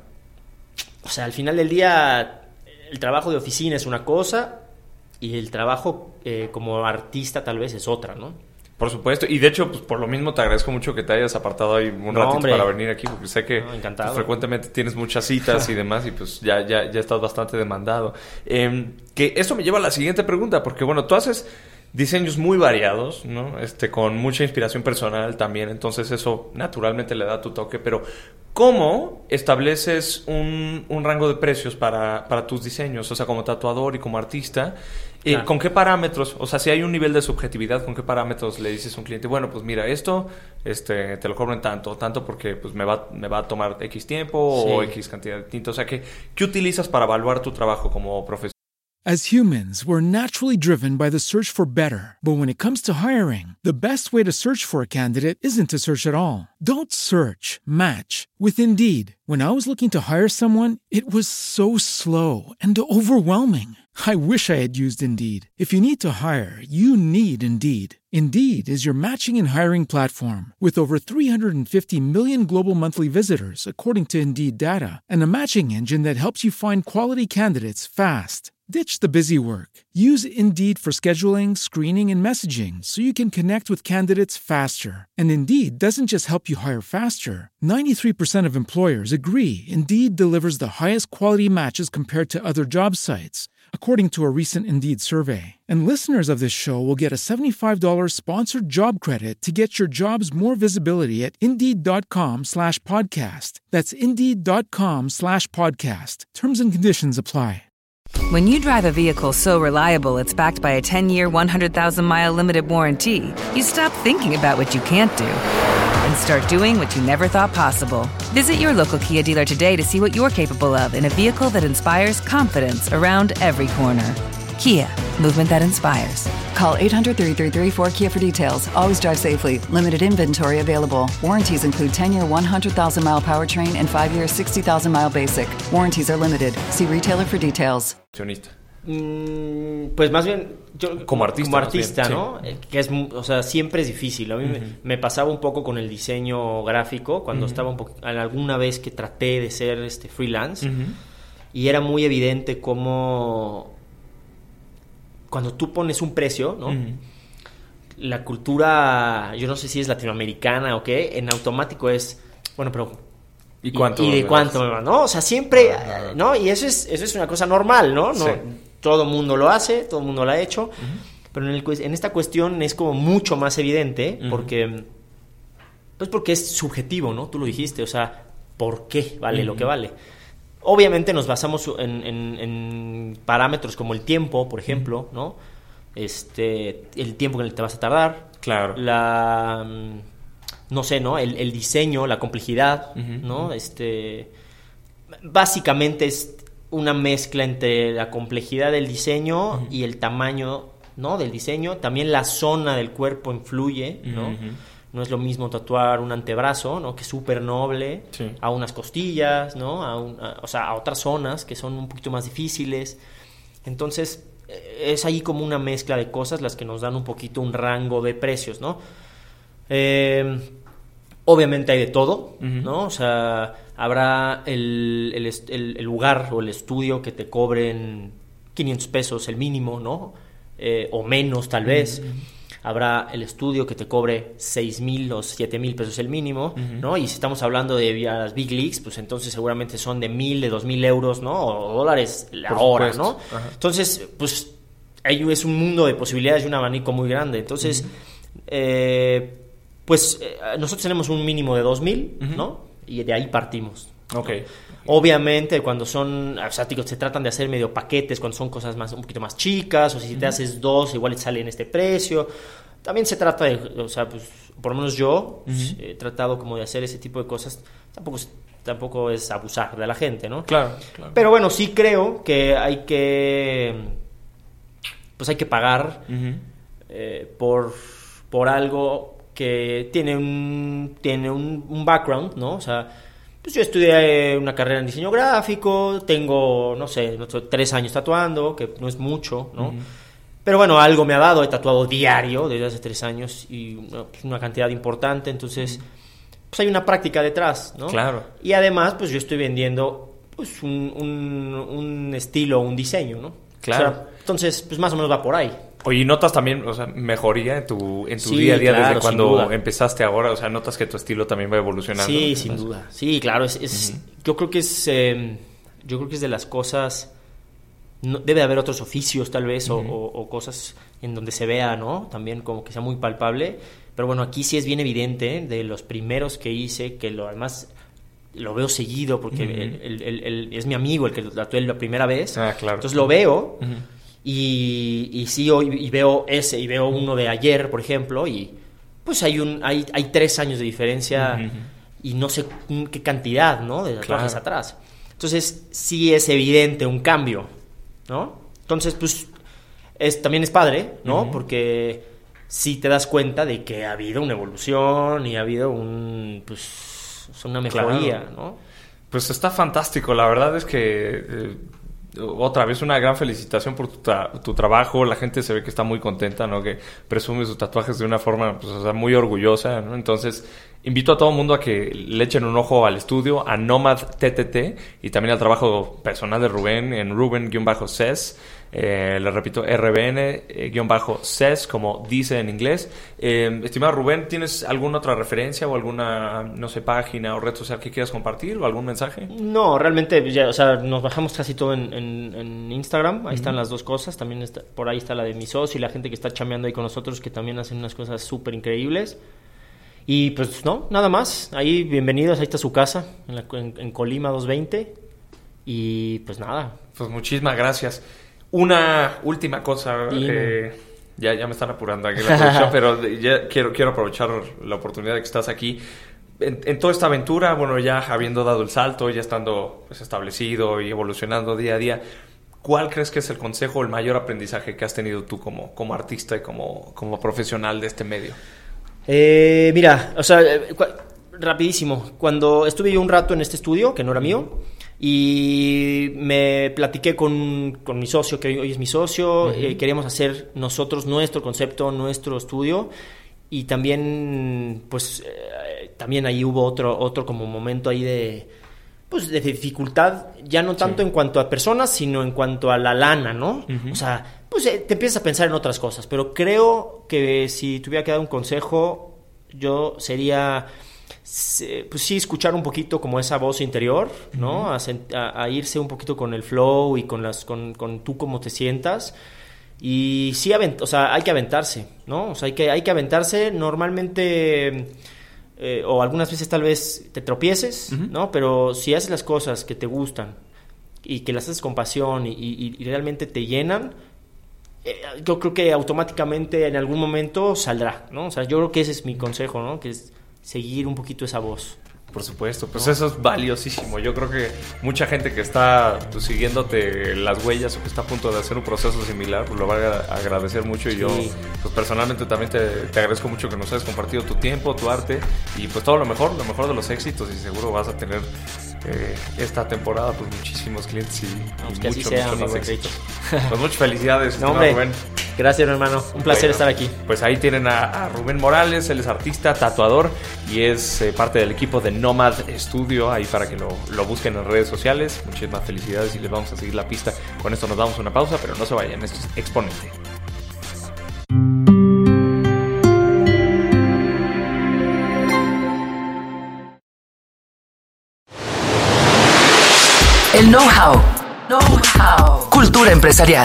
O sea, al final del día, el trabajo de oficina es una cosa y el trabajo eh, como artista tal vez es otra, ¿no? Por supuesto, y de hecho, pues por lo mismo te agradezco mucho que te hayas apartado ahí un no, ratito hombre. para venir aquí, porque sé que no, pues, frecuentemente tienes muchas citas y demás, y pues ya, ya, ya estás bastante demandado. Eh, que eso me lleva a la siguiente pregunta, porque bueno, tú haces diseños muy variados, ¿no? Este, con mucha inspiración personal también, entonces eso naturalmente le da tu toque, pero ¿cómo estableces un, un rango de precios para, para tus diseños? O sea, como tatuador y como artista, eh, claro. ¿con qué parámetros? O sea, si hay un nivel de subjetividad, ¿con qué parámetros le dices a un cliente? Bueno, pues mira, esto este, te lo cobro en tanto, tanto porque pues me va, me va a tomar X tiempo sí. o X cantidad de tinta. O sea, ¿qué, ¿qué utilizas para evaluar tu trabajo como profesional? As humans, we're naturally driven by the search for better. But when it comes to hiring, the best way to search for a candidate isn't to search at all. Don't search, match with Indeed. When I was looking to hire someone, it was so slow and overwhelming. I wish I had used Indeed. If you need to hire, you need Indeed. Indeed is your matching and hiring platform with over three hundred fifty million global monthly visitors, according to Indeed data, and a matching engine that helps you find quality candidates fast. Ditch the busy work. Use Indeed for scheduling, screening, and messaging so you can connect with candidates faster. And Indeed doesn't just help you hire faster. ninety-three percent of employers agree Indeed delivers the highest quality matches compared to other job sites, according to a recent Indeed survey. And listeners of this show will get a seventy-five dollars sponsored job credit to get your jobs more visibility at Indeed.com slash podcast. That's Indeed.com slash podcast. Terms and conditions apply. When you drive a vehicle so reliable it's backed by a ten-year, one hundred thousand mile limited warranty, you stop thinking about what you can't do and start doing what you never thought possible. Visit your local Kia dealer today to see what you're capable of in a vehicle that inspires confidence around every corner. Kia, movement that inspires. Call eight hundred, three three three, four K I A for details. Always drive safely. Limited inventory available. Warranties include ten-year, one hundred thousand mile powertrain and five-year, sixty thousand mile basic. Warranties are limited. See retailer for details. Mm, pues más bien yo, como artista, como artista bien, ¿no? Sí. Que es, o sea, siempre es difícil. A mí uh-huh. me, me pasaba un poco con el diseño gráfico cuando uh-huh. estaba un poco, alguna vez que traté de ser este freelance uh-huh. y era muy evidente cómo cuando tú pones un precio, ¿no? Uh-huh. La cultura, yo no sé si es latinoamericana o qué, en automático es, bueno, pero ¿y cuánto? ¿Y, y de cuánto me va? ¿No? O sea, siempre, ah, ah, ¿no? Y eso es, eso es una cosa normal, ¿no? no sí. Todo el mundo lo hace, todo el mundo lo ha hecho, uh-huh. pero en, el, en esta cuestión es como mucho más evidente uh-huh. porque, pues porque es subjetivo, ¿no? Tú lo dijiste, o sea, ¿por qué vale uh-huh. lo que vale? Obviamente nos basamos en, en, en parámetros como el tiempo, por ejemplo, ¿no? Este, el tiempo en el que te vas a tardar. Claro. La, no sé, ¿no? El, el diseño, la complejidad, uh-huh. ¿no? Este, básicamente es una mezcla entre la complejidad del diseño uh-huh. y el tamaño, ¿no? Del diseño. También la zona del cuerpo influye, ¿no? Uh-huh. No es lo mismo tatuar un antebrazo, ¿no? Que es súper noble, sí. a unas costillas, ¿no? A un, a, o sea, a otras zonas que son un poquito más difíciles. Entonces, es ahí como una mezcla de cosas las que nos dan un poquito un rango de precios, ¿no? Eh, obviamente hay de todo, uh-huh. ¿no? O sea, habrá el, el, el, el lugar o el estudio que te cobren quinientos pesos el mínimo, ¿no? Eh, o menos tal vez. Uh-huh. Habrá el estudio que te cobre seis mil o siete mil pesos el mínimo, uh-huh. ¿no? Y si estamos hablando de las big leagues, pues entonces seguramente son de mil, de dos mil euros, ¿no? O dólares la Por hora, supuesto. ¿no? Uh-huh. Entonces, pues ahí es un mundo de posibilidades y un abanico muy grande. Entonces, uh-huh. eh, pues eh, nosotros tenemos un mínimo de dos mil, uh-huh. ¿no? Y de ahí partimos. Okay. Obviamente cuando son, o sea, se tratan de hacer medio paquetes, cuando son cosas más un poquito más chicas, o si uh-huh. te haces dos igual te sale en este precio. También se trata de, o sea, pues por lo menos yo uh-huh. pues, he tratado como de hacer ese tipo de cosas. Tampoco es, tampoco es abusar de la gente, ¿no? Claro, claro. Pero bueno, sí creo que hay que, pues hay que pagar uh-huh. eh, por, por algo que tiene un, tiene un, un background, ¿no? O sea, pues yo estudié una carrera en diseño gráfico, tengo, no sé, tres años tatuando, que no es mucho, ¿no? Uh-huh. Pero bueno, algo me ha dado, he tatuado diario desde hace tres años y una, pues una cantidad importante, entonces pues hay una práctica detrás, ¿no? Claro. Y además, pues yo estoy vendiendo pues un, un, un estilo, un diseño, ¿no? Claro. O sea, entonces, pues más o menos va por ahí. Oye, ¿notas también, o sea, mejoría en tu, en tu sí, día a día claro, desde cuando sin empezaste ahora? O sea, ¿notas que tu estilo también va evolucionando? Sí, sin duda. Sí, claro. Es, es, uh-huh. Yo creo que es eh, yo creo que es de las cosas... No, debe haber otros oficios tal vez uh-huh. o, o, o cosas en donde se vea, ¿no? También como que sea muy palpable. Pero bueno, aquí sí es bien evidente, de los primeros que hice, que lo además lo veo seguido porque uh-huh. el, el, el, el, es mi amigo el que lo tatué la primera vez. Ah, claro. Entonces lo veo... Uh-huh. Y, y sí, y veo ese, y veo uno de ayer, por ejemplo, y pues hay un hay, hay tres años de diferencia uh-huh. y no sé qué cantidad, ¿no? De tatuajes claro. atrás. Entonces, sí es evidente un cambio, ¿no? Entonces, pues, es, también es padre, ¿no? Uh-huh. Porque sí te das cuenta de que ha habido una evolución y ha habido un, pues, una mejoría, claro. ¿no? Pues está fantástico, la verdad es que... Eh... Otra vez una gran felicitación por tu, tra- tu trabajo. La gente se ve que está muy contenta, ¿no? Que presume sus tatuajes de una forma, pues, o sea, muy orgullosa, ¿no? Entonces, invito a todo el mundo a que le echen un ojo al estudio, a Nomad T T T, y también al trabajo personal de Rubén en Ruben-Ces. Eh, le repito, R B N-Ces, como dice en inglés. Eh, estimado Rubén, ¿tienes alguna otra referencia o alguna, no sé, página o red social que quieras compartir o algún mensaje? No, realmente, ya, o sea, nos bajamos casi todo en, en, en Instagram. Ahí uh-huh. están las dos cosas. También está, por ahí está la de mi socio y la gente que está chameando ahí con nosotros, que también hacen unas cosas súper increíbles. Y pues no, nada más. Ahí, bienvenidos. Ahí está su casa, en, la, en, en Colima doscientos veinte. Y pues nada, Pues muchísimas gracias. Una última cosa, eh, ya, ya me están apurando aquí en la producción, pero ya quiero, quiero aprovechar la oportunidad de que estás aquí. En, en toda esta aventura, bueno, ya habiendo dado el salto, ya estando pues, establecido y evolucionando día a día, ¿cuál crees que es el consejo, el mayor aprendizaje que has tenido tú como, como artista y como, como profesional de este medio? Eh, mira, o sea, cu- rapidísimo. Cuando estuve yo un rato en este estudio, que no era mío, y me platiqué con, con mi socio, que hoy es mi socio, uh-huh. eh, queríamos hacer nosotros nuestro concepto, nuestro estudio, y también, pues, eh, también ahí hubo otro, otro como momento ahí de, pues, de dificultad, ya no tanto sí. en cuanto a personas, sino en cuanto a la lana, ¿no? Uh-huh. O sea, pues eh, te empiezas a pensar en otras cosas, pero creo que si tuviera que dar un consejo, yo sería... pues sí, escuchar un poquito como esa voz interior, ¿no? Uh-huh. A, a, a irse un poquito con el flow y con las con, con tú cómo te sientas. Y sí, avent- o sea, hay que aventarse, ¿no? O sea, hay que, hay que aventarse. Normalmente, eh, o algunas veces tal vez te tropieces, uh-huh. ¿no? Pero si haces las cosas que te gustan y que las haces con pasión y, y, y realmente te llenan, eh, yo creo que automáticamente en algún momento saldrá, ¿no? O sea, yo creo que ese es mi consejo, ¿no? Que es seguir un poquito esa voz. Por supuesto, pues ¿no? Eso es valiosísimo. Yo creo que mucha gente que está pues, siguiéndote las huellas o que está a punto de hacer un proceso similar, pues lo va a agradecer mucho. Y sí. yo, pues personalmente también te, te agradezco mucho que nos hayas compartido tu tiempo, tu arte y pues todo lo mejor, lo mejor de los éxitos, y seguro vas a tener eh, esta temporada pues muchísimos clientes y, y que mucho, así sea, mucho más éxito. éxitos. Pues muchas felicidades, no, hombre. Rubén. Gracias, hermano. Un placer bueno, estar aquí. Pues ahí tienen a, a Rubén Morales. Él es artista, tatuador y es eh, parte del equipo de Nomad Studio. Ahí para que lo, lo busquen en redes sociales. Muchísimas felicidades y les vamos a seguir la pista. Con esto nos damos una pausa, pero no se vayan. Esto es Exponente. El know-how. Know-how. Cultura empresarial.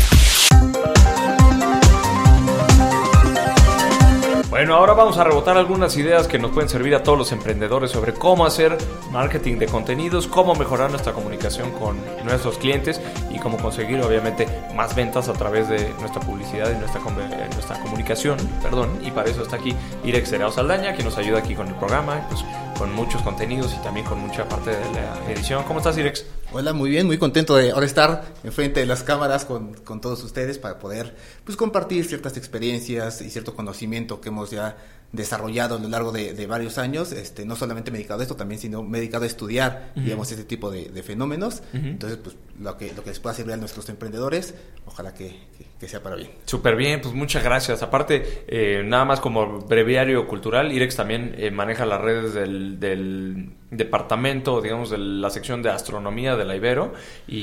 Bueno, ahora vamos a rebotar algunas ideas que nos pueden servir a todos los emprendedores sobre cómo hacer marketing de contenidos, cómo mejorar nuestra comunicación con nuestros clientes y cómo conseguir, obviamente, más ventas a través de nuestra publicidad y nuestra, nuestra comunicación. Perdón, y para eso está aquí Irex Serao Saldaña, que nos ayuda aquí con el programa, pues, con muchos contenidos y también con mucha parte de la edición. ¿Cómo estás, Irex? Hola, muy bien, muy contento de ahora estar enfrente de las cámaras con, con todos ustedes para poder pues compartir ciertas experiencias y cierto conocimiento que hemos ya desarrollado a lo largo de, de varios años. Este, no solamente me he dedicado a esto también, sino me he dedicado a estudiar, uh-huh. digamos, este tipo de, de fenómenos. Uh-huh. Entonces, pues lo que, lo que les pueda servir a nuestros emprendedores, ojalá que, que, que sea para bien. Súper bien, pues muchas gracias. Aparte, eh, nada más como breviario cultural, Irex también eh, maneja las redes del, del departamento, digamos, de la sección de astronomía de la Ibero,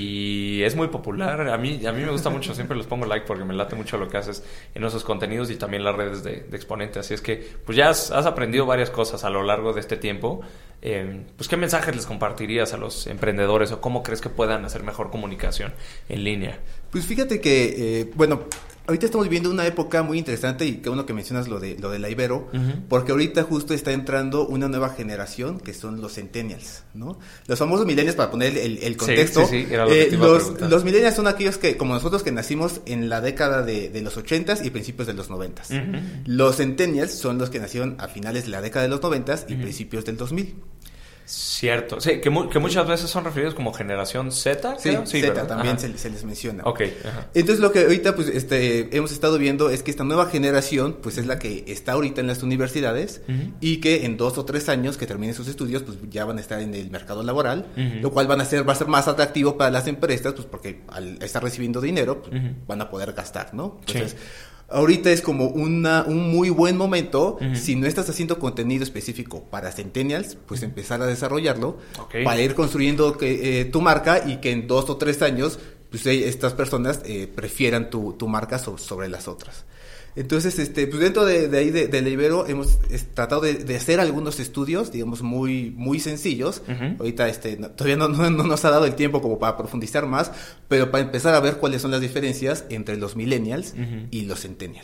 y es muy popular. A mí, a mí me gusta mucho, siempre les pongo like porque me late mucho lo que haces en esos contenidos y también las redes de, de Exponente. Así es que pues ya has, has aprendido varias cosas a lo largo de este tiempo. Eh, pues ¿qué mensajes les compartirías a los emprendedores o cómo crees que puedan hacer mejor comunicación en línea? Pues fíjate que, eh, bueno, ahorita estamos viviendo una época muy interesante y qué bueno que mencionas lo de lo de la Ibero, uh-huh. porque ahorita justo está entrando una nueva generación que son los centennials, ¿no? Los famosos millennials, para poner el, el contexto. Sí, sí, sí, era lo que eh, te iba a los, preguntar. los millennials son aquellos que, como nosotros, que nacimos en la década de, de los ochentas y principios de los noventas. Uh-huh. Los centennials son los que nacieron a finales de la década de los noventas y uh-huh. principios del dos mil. Cierto, sí, que, mu- que muchas veces son referidos como generación Z, sí, creo. Sí, Z ¿verdad? también se, se les menciona. Ok, ajá. Entonces lo que ahorita pues este hemos estado viendo es que esta nueva generación pues es la que está ahorita en las universidades uh-huh. y que en dos o tres años que terminen sus estudios pues ya van a estar en el mercado laboral, uh-huh. lo cual van a ser va a ser más atractivo para las empresas pues porque al estar recibiendo dinero pues, uh-huh. van a poder gastar, ¿no? Entonces sí. Ahorita es como una, un muy buen momento, uh-huh. si no estás haciendo contenido específico para centennials, pues uh-huh. empezar a desarrollarlo okay. para ir construyendo que, eh, tu marca y que en dos o tres años pues eh, estas personas eh, prefieran tu, tu marca so, sobre las otras. Entonces, este, pues dentro de, de ahí de, de la Ibero hemos es, tratado de, de hacer algunos estudios, digamos, muy, muy sencillos. Uh-huh. Ahorita, este, no, todavía no, no, no nos ha dado el tiempo como para profundizar más, pero para empezar a ver cuáles son las diferencias entre los millennials uh-huh. y los centennials.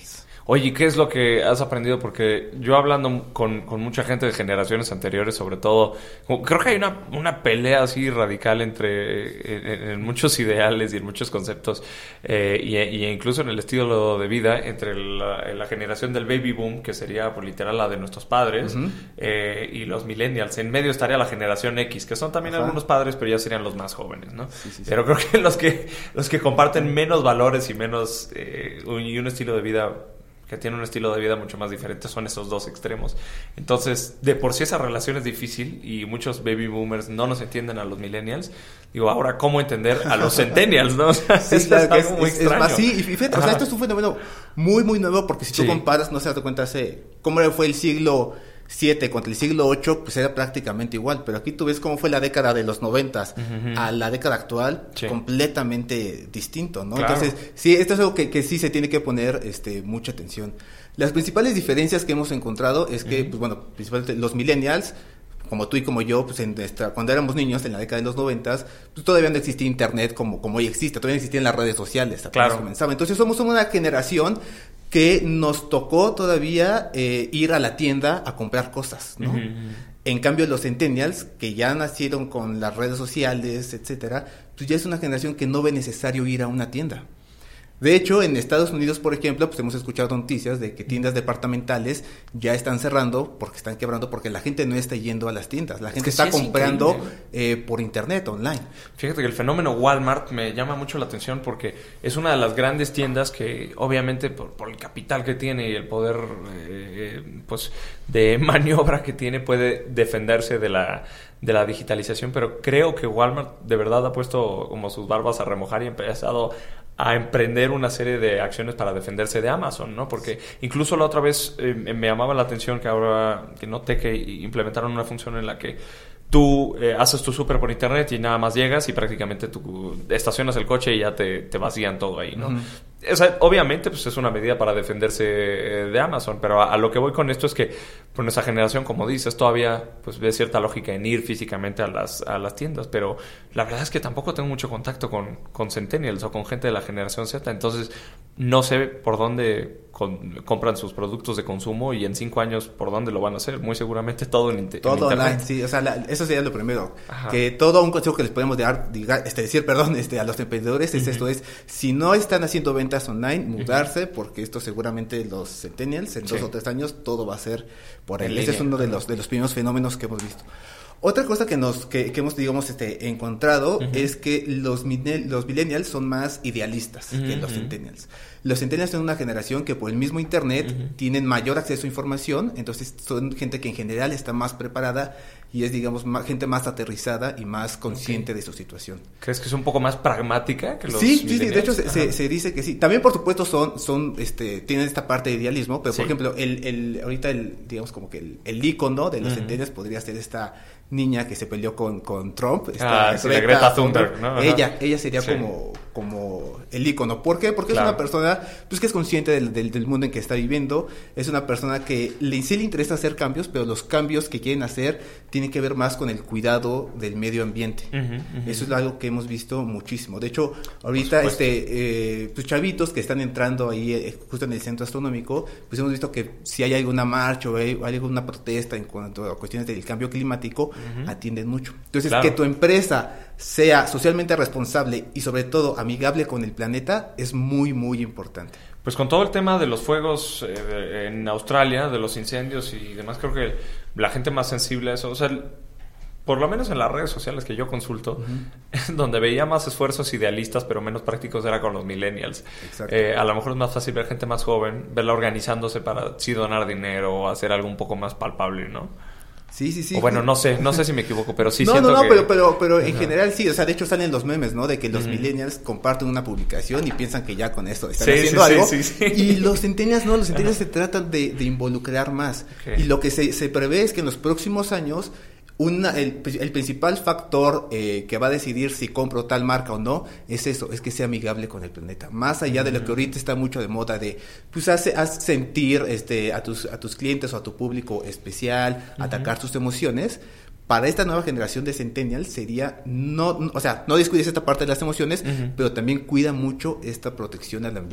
Oye, ¿qué es lo que has aprendido? Porque yo hablando con, con mucha gente de generaciones anteriores, sobre todo, creo que hay una, una pelea así radical entre en, en muchos ideales y en muchos conceptos, eh, y, y incluso en el estilo de vida, entre la, la generación del baby boom, que sería por literal la de nuestros padres, uh-huh. eh, y los millennials. En medio estaría la generación X, que son también Ajá. algunos padres, pero ya serían los más jóvenes, ¿no? Sí, sí, pero sí. creo que los que los que comparten menos valores y menos eh, y un estilo de vida que tiene un estilo de vida mucho más diferente son esos dos extremos. Entonces, de por sí esa relación es difícil y muchos baby boomers no nos entienden a los millennials. Digo, ahora, ¿cómo entender a los centennials, no? O sea, sí, claro, es, algo muy es, extraño. Es más, sí, y fíjate, o sea, esto es un fenómeno muy, muy nuevo porque si tú sí. comparas, no se das cuenta, hace, ¿cómo fue el siglo siete contra el siglo ocho? Pues era prácticamente igual, pero aquí tú ves cómo fue la década de los noventas uh-huh. a la década actual, sí. completamente distinto, ¿no? Claro. Entonces, sí, esto es algo que, que sí se tiene que poner este, mucha atención. Las principales diferencias que hemos encontrado es que, uh-huh. pues bueno, principalmente los millennials, como tú y como yo, pues en nuestra, cuando éramos niños, en la década de los noventas, pues todavía no existía internet como, como hoy existe, todavía no existían las redes sociales, claro. comenzaba. Entonces somos una generación que nos tocó todavía eh, ir a la tienda a comprar cosas, ¿no? Uh-huh. En cambio, los centennials, que ya nacieron con las redes sociales, etcétera, pues ya es una generación que no ve necesario ir a una tienda. De hecho, en Estados Unidos, por ejemplo, pues hemos escuchado noticias de que tiendas departamentales ya están cerrando porque están quebrando, porque la gente no está yendo a las tiendas. La gente está sí comprando eh, por internet, online. Fíjate que el fenómeno Walmart me llama mucho la atención porque es una de las grandes tiendas que, obviamente, por, por el capital que tiene y el poder eh, pues de maniobra que tiene, puede defenderse de la... de la digitalización, pero creo que Walmart de verdad ha puesto como sus barbas a remojar y ha empezado a emprender una serie de acciones para defenderse de Amazon, ¿no? Porque incluso la otra vez eh, me llamaba la atención que ahora que noté que implementaron una función en la que tú eh, haces tu súper por internet y nada más llegas y prácticamente tú estacionas el coche y ya te, te vacían todo ahí, ¿no? Uh-huh. O sea, obviamente pues es una medida para defenderse eh, de Amazon, pero a, a lo que voy con esto es que pues nuestra generación, como dices, todavía pues ve cierta lógica en ir físicamente a las, a las tiendas, pero la verdad es que tampoco tengo mucho contacto con, con centennials o con gente de la generación Z, entonces no sé por dónde con, compran sus productos de consumo y en cinco años por dónde lo van a hacer, muy seguramente todo en, inter- todo en internet. Online, sí, o sea, la, eso sería lo primero. Ajá. Que todo un consejo que les podemos dar, diga, este, decir, perdón, este, a los emprendedores es uh-huh. esto, es, si no están haciendo ventas online, mudarse, uh-huh. porque esto seguramente los centennials, en sí. dos o tres años, todo va a ser por él. Ese es uno de los, de los primeros fenómenos que hemos visto. Otra cosa que nos que, que hemos, digamos, este, encontrado uh-huh. es que los, los millennials son más idealistas uh-huh. que los centennials. Los centennials son una generación que por el mismo internet uh-huh. tienen mayor acceso a información, entonces son gente que en general está más preparada y es, digamos, más, gente más aterrizada y más consciente okay. de su situación. ¿Crees que es un poco más pragmática que los sí, millennials? Sí, sí, de hecho se, se, se dice que sí. También, por supuesto, son, son, este, tienen esta parte de idealismo, pero sí. por ejemplo, el, el, ahorita el, digamos, como que el, el ícono de los uh-huh. centennials podría ser esta niña que se peleó con, con Trump, esta ah, sí, Greta, Greta Thunberg, ¿no? Ella, ella sería sí. como, como el ícono. ¿Por qué? Porque claro. es una persona pues que es consciente del, del, del mundo en que está viviendo, es una persona que le, sí le interesa hacer cambios, pero los cambios que quieren hacer tienen que ver más con el cuidado del medio ambiente. Uh-huh, uh-huh. Eso es algo que hemos visto muchísimo. De hecho, ahorita este eh, pues chavitos que están entrando ahí eh, justo en el centro astronómico, pues hemos visto que si hay alguna marcha o hay, hay alguna protesta en cuanto a cuestiones del cambio climático, uh-huh. atienden mucho. Entonces, claro. que tu empresa sea socialmente responsable y sobre todo amigable con el planeta es muy, muy importante. Pues con todo el tema de los fuegos eh, de, en Australia, de los incendios y demás, creo que la gente más sensible a eso, o sea, por lo menos en las redes sociales que yo consulto, uh-huh. donde veía más esfuerzos idealistas pero menos prácticos era con los millennials. Eh, a lo mejor es más fácil ver gente más joven, verla organizándose para sí donar dinero o hacer algo un poco más palpable, ¿no? Sí, sí, sí. O bueno, no sé, no sé si me equivoco, pero sí no, siento que... No, no, no, pero, pero, pero en uh-huh. general sí, o sea, de hecho salen los memes, ¿no? De que los uh-huh. millennials comparten una publicación y piensan que ya con esto están sí, haciendo sí, algo. Sí, sí, sí. Y los centennials no, los centennials uh-huh. se tratan de, de involucrar más. Okay. Y lo que se, se prevé es que en los próximos años... Una, el, el principal factor eh, que va a decidir si compro tal marca o no es eso, es que sea amigable con el planeta, más allá uh-huh. de lo que ahorita está mucho de moda de pues hace, haz sentir este a tus a tus clientes o a tu público especial, uh-huh. atacar sus emociones. Para esta nueva generación de centennials sería no, no o sea, no descuides esta parte de las emociones, uh-huh. pero también cuida mucho esta protección al ambiente.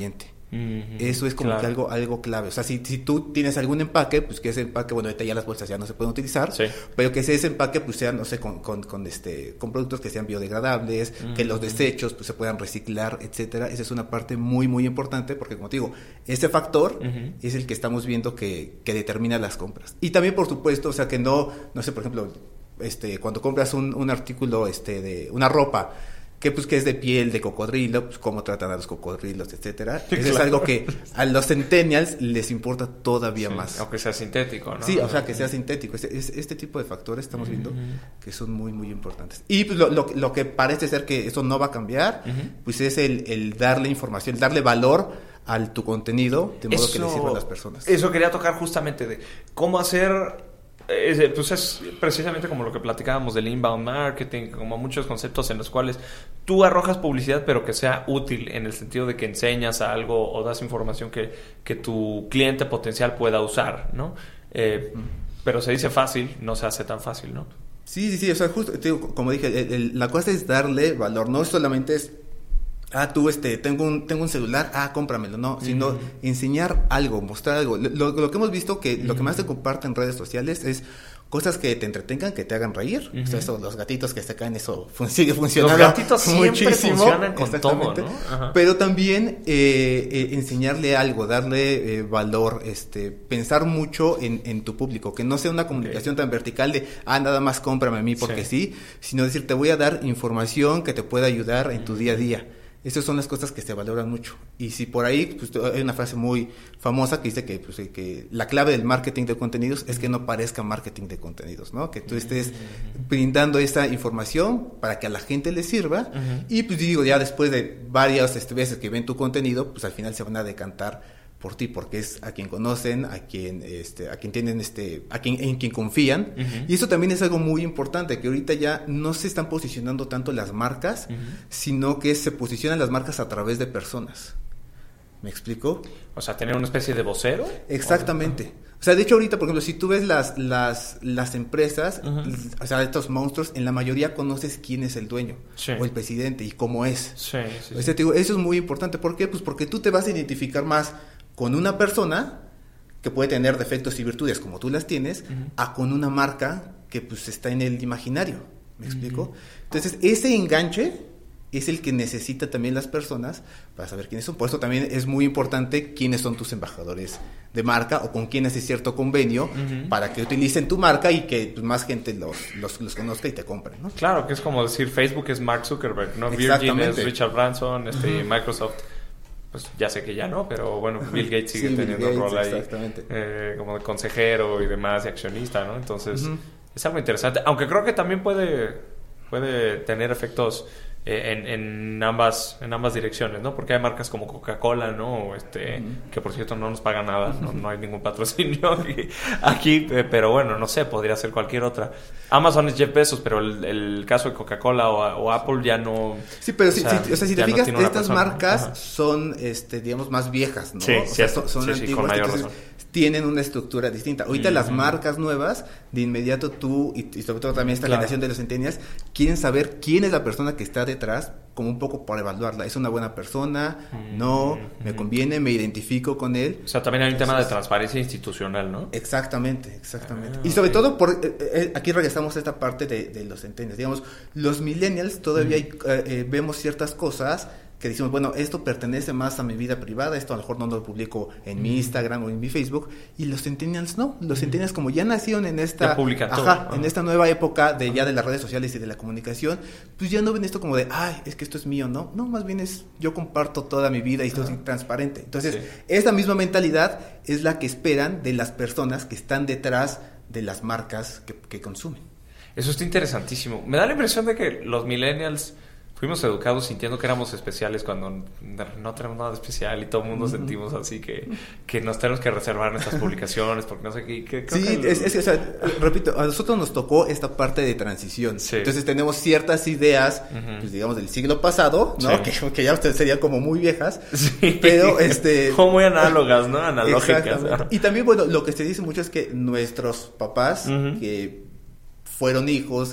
Uh-huh. Eso es como claro. que algo, algo clave. O sea, si, si tú tienes algún empaque, pues que ese empaque, bueno, ahorita ya las bolsas ya no se pueden utilizar, sí. pero que ese empaque pues sea, no sé, con, con, con, este, con productos que sean biodegradables, uh-huh. que los desechos pues se puedan reciclar, etcétera. Esa es una parte muy, muy importante porque, como te digo, ese factor uh-huh. es el que estamos viendo que, que determina las compras. Y también, por supuesto, o sea, que no, no sé, por ejemplo, este, cuando compras un, un artículo, este, de una ropa, que pues que es de piel de cocodrilo, pues cómo tratan a los cocodrilos, etcétera. Eso claro. es algo que a los centennials les importa todavía sí, más. Aunque sea sintético, ¿no? Sí, o sea, que sea sintético. Este, este tipo de factores estamos viendo uh-huh. que son muy, muy importantes. Y pues lo, lo, lo que parece ser que eso no va a cambiar, uh-huh. pues es el, el darle información, el darle valor a tu contenido, de modo eso, que le sirva a las personas. Eso quería tocar justamente de cómo hacer... Es, pues es precisamente como lo que platicábamos del inbound marketing, como muchos conceptos en los cuales tú arrojas publicidad pero que sea útil en el sentido de que enseñas algo o das información que, que tu cliente potencial pueda usar, ¿no? Eh, mm. Pero se dice fácil, no se hace tan fácil, ¿no? Sí, sí, sí, o sea, justo, digo, como dije, el, el, la cosa es darle valor, no solamente es ah, tú, este, tengo un, tengo un celular, ah, cómpramelo, no, uh-huh. sino enseñar algo, mostrar algo. Lo, lo que hemos visto que uh-huh. lo que más se comparte en redes sociales es cosas que te entretengan, que te hagan reír. Uh-huh. O sea, eso, los gatitos que se caen, eso fun- sigue funcionando. Los gatitos siempre muchísimo, funcionan con todo, ¿no? Ajá. Pero también eh, eh, enseñarle algo, darle eh, valor, este, pensar mucho en, en tu público, que no sea una comunicación okay. tan vertical de, ah, nada más cómprame a mí porque sí, sí sino decir, te voy a dar información que te pueda ayudar en tu día a día. Esas son las cosas que se valoran mucho. Y si por ahí, pues hay una frase muy famosa que dice que, pues, que la clave del marketing de contenidos es que no parezca marketing de contenidos, ¿no? Que tú estés brindando esta información para que a la gente le sirva. Uh-huh. Y pues digo, ya después de varias este, veces que ven tu contenido, pues al final se van a decantar por ti, porque es a quien conocen, a quien este, a quien tienen este, a quien en quien confían. Uh-huh. Y eso también es algo muy importante, que ahorita ya no se están posicionando tanto las marcas, uh-huh. sino que se posicionan las marcas a través de personas. ¿Me explico? O sea, tener una especie de vocero. Exactamente. O sea, de hecho ahorita, por ejemplo, si tú ves las las las empresas, uh-huh. o sea, estos monstruos, en la mayoría conoces quién es el dueño sí. o el presidente y cómo es. Sí, sí, o sea, te digo, eso es muy importante. ¿Por qué? Pues porque tú te vas a identificar más con una persona que puede tener defectos y virtudes como tú las tienes, uh-huh. a con una marca que pues está en el imaginario. ¿Me uh-huh. explico? Entonces, ese enganche es el que necesita también las personas para saber quiénes son. Por eso también es muy importante quiénes son tus embajadores de marca o con quién haces cierto convenio uh-huh. para que utilicen tu marca y que pues, más gente los, los, los conozca y te compre, ¿no? Claro, que es como decir Facebook es Mark Zuckerberg, ¿no? Virgin es Richard Branson, este, uh-huh. Microsoft... Pues ya sé que ya no, pero bueno, Bill Gates sigue sí, teniendo un rol ahí eh, como de consejero y demás, y accionista, ¿no? Entonces, uh-huh. es algo interesante. Aunque creo que también puede, puede tener efectos eh, en, en ambas en ambas direcciones, ¿no? Porque hay marcas como Coca-Cola, ¿no? Este, uh-huh. que por cierto no nos paga nada, no, no hay ningún patrocinio aquí, aquí eh, pero bueno, no sé, podría ser cualquier otra. Amazon es Jeff Bezos, pero el, el caso de Coca-Cola o, o Apple ya no... Sí, pero o si, sea, si, o sea, si te fijas, no estas persona. marcas Ajá. son, este, digamos, más viejas, ¿no? Sí, o sea, son, son sí, antiguas, sí, con mayor entonces razón. Tienen una estructura distinta. Ahorita mm-hmm. las marcas nuevas, de inmediato tú, y, y sobre todo también esta claro. generación de los centennials, quieren saber quién es la persona que está detrás, como un poco para evaluarla. ¿Es una buena persona? Mm-hmm. No, me conviene, me identifico con él. O sea, también hay un Entonces, tema de transparencia institucional, ¿no? Exactamente, exactamente. Ah, y sobre okay. todo, por eh, eh, aquí regresamos a esta parte de, de los centennials. Digamos, los millennials todavía mm-hmm. hay, eh, eh, vemos ciertas cosas que decimos, bueno, esto pertenece más a mi vida privada, esto a lo mejor no lo publico en mi Instagram o en mi Facebook, y los centennials no, los centennials como ya nacieron en esta ajá, en esta nueva época de ya de las redes sociales y de la comunicación, pues ya no ven esto como de, ay, es que esto es mío, no, no, más bien es, yo comparto toda mi vida y esto es transparente. Entonces, sí. esta misma mentalidad es la que esperan de las personas que están detrás de las marcas que, que consumen. Eso está interesantísimo. Me da la impresión de que los millennials fuimos educados sintiendo que éramos especiales cuando no tenemos nada especial y todo el mundo uh-huh. sentimos así que, que nos tenemos que reservar nuestras publicaciones porque no sé qué. qué sí, que es, es, o sea, repito, a nosotros nos tocó esta parte de transición. Sí. Entonces tenemos ciertas ideas, uh-huh. pues digamos, del siglo pasado, ¿no? Sí. Que, que ya ustedes serían como muy viejas. Sí. Pero, este... como muy análogas, ¿no? Analógicas. ¿No? Y también, bueno, lo que se dice mucho es que nuestros papás, uh-huh. que fueron hijos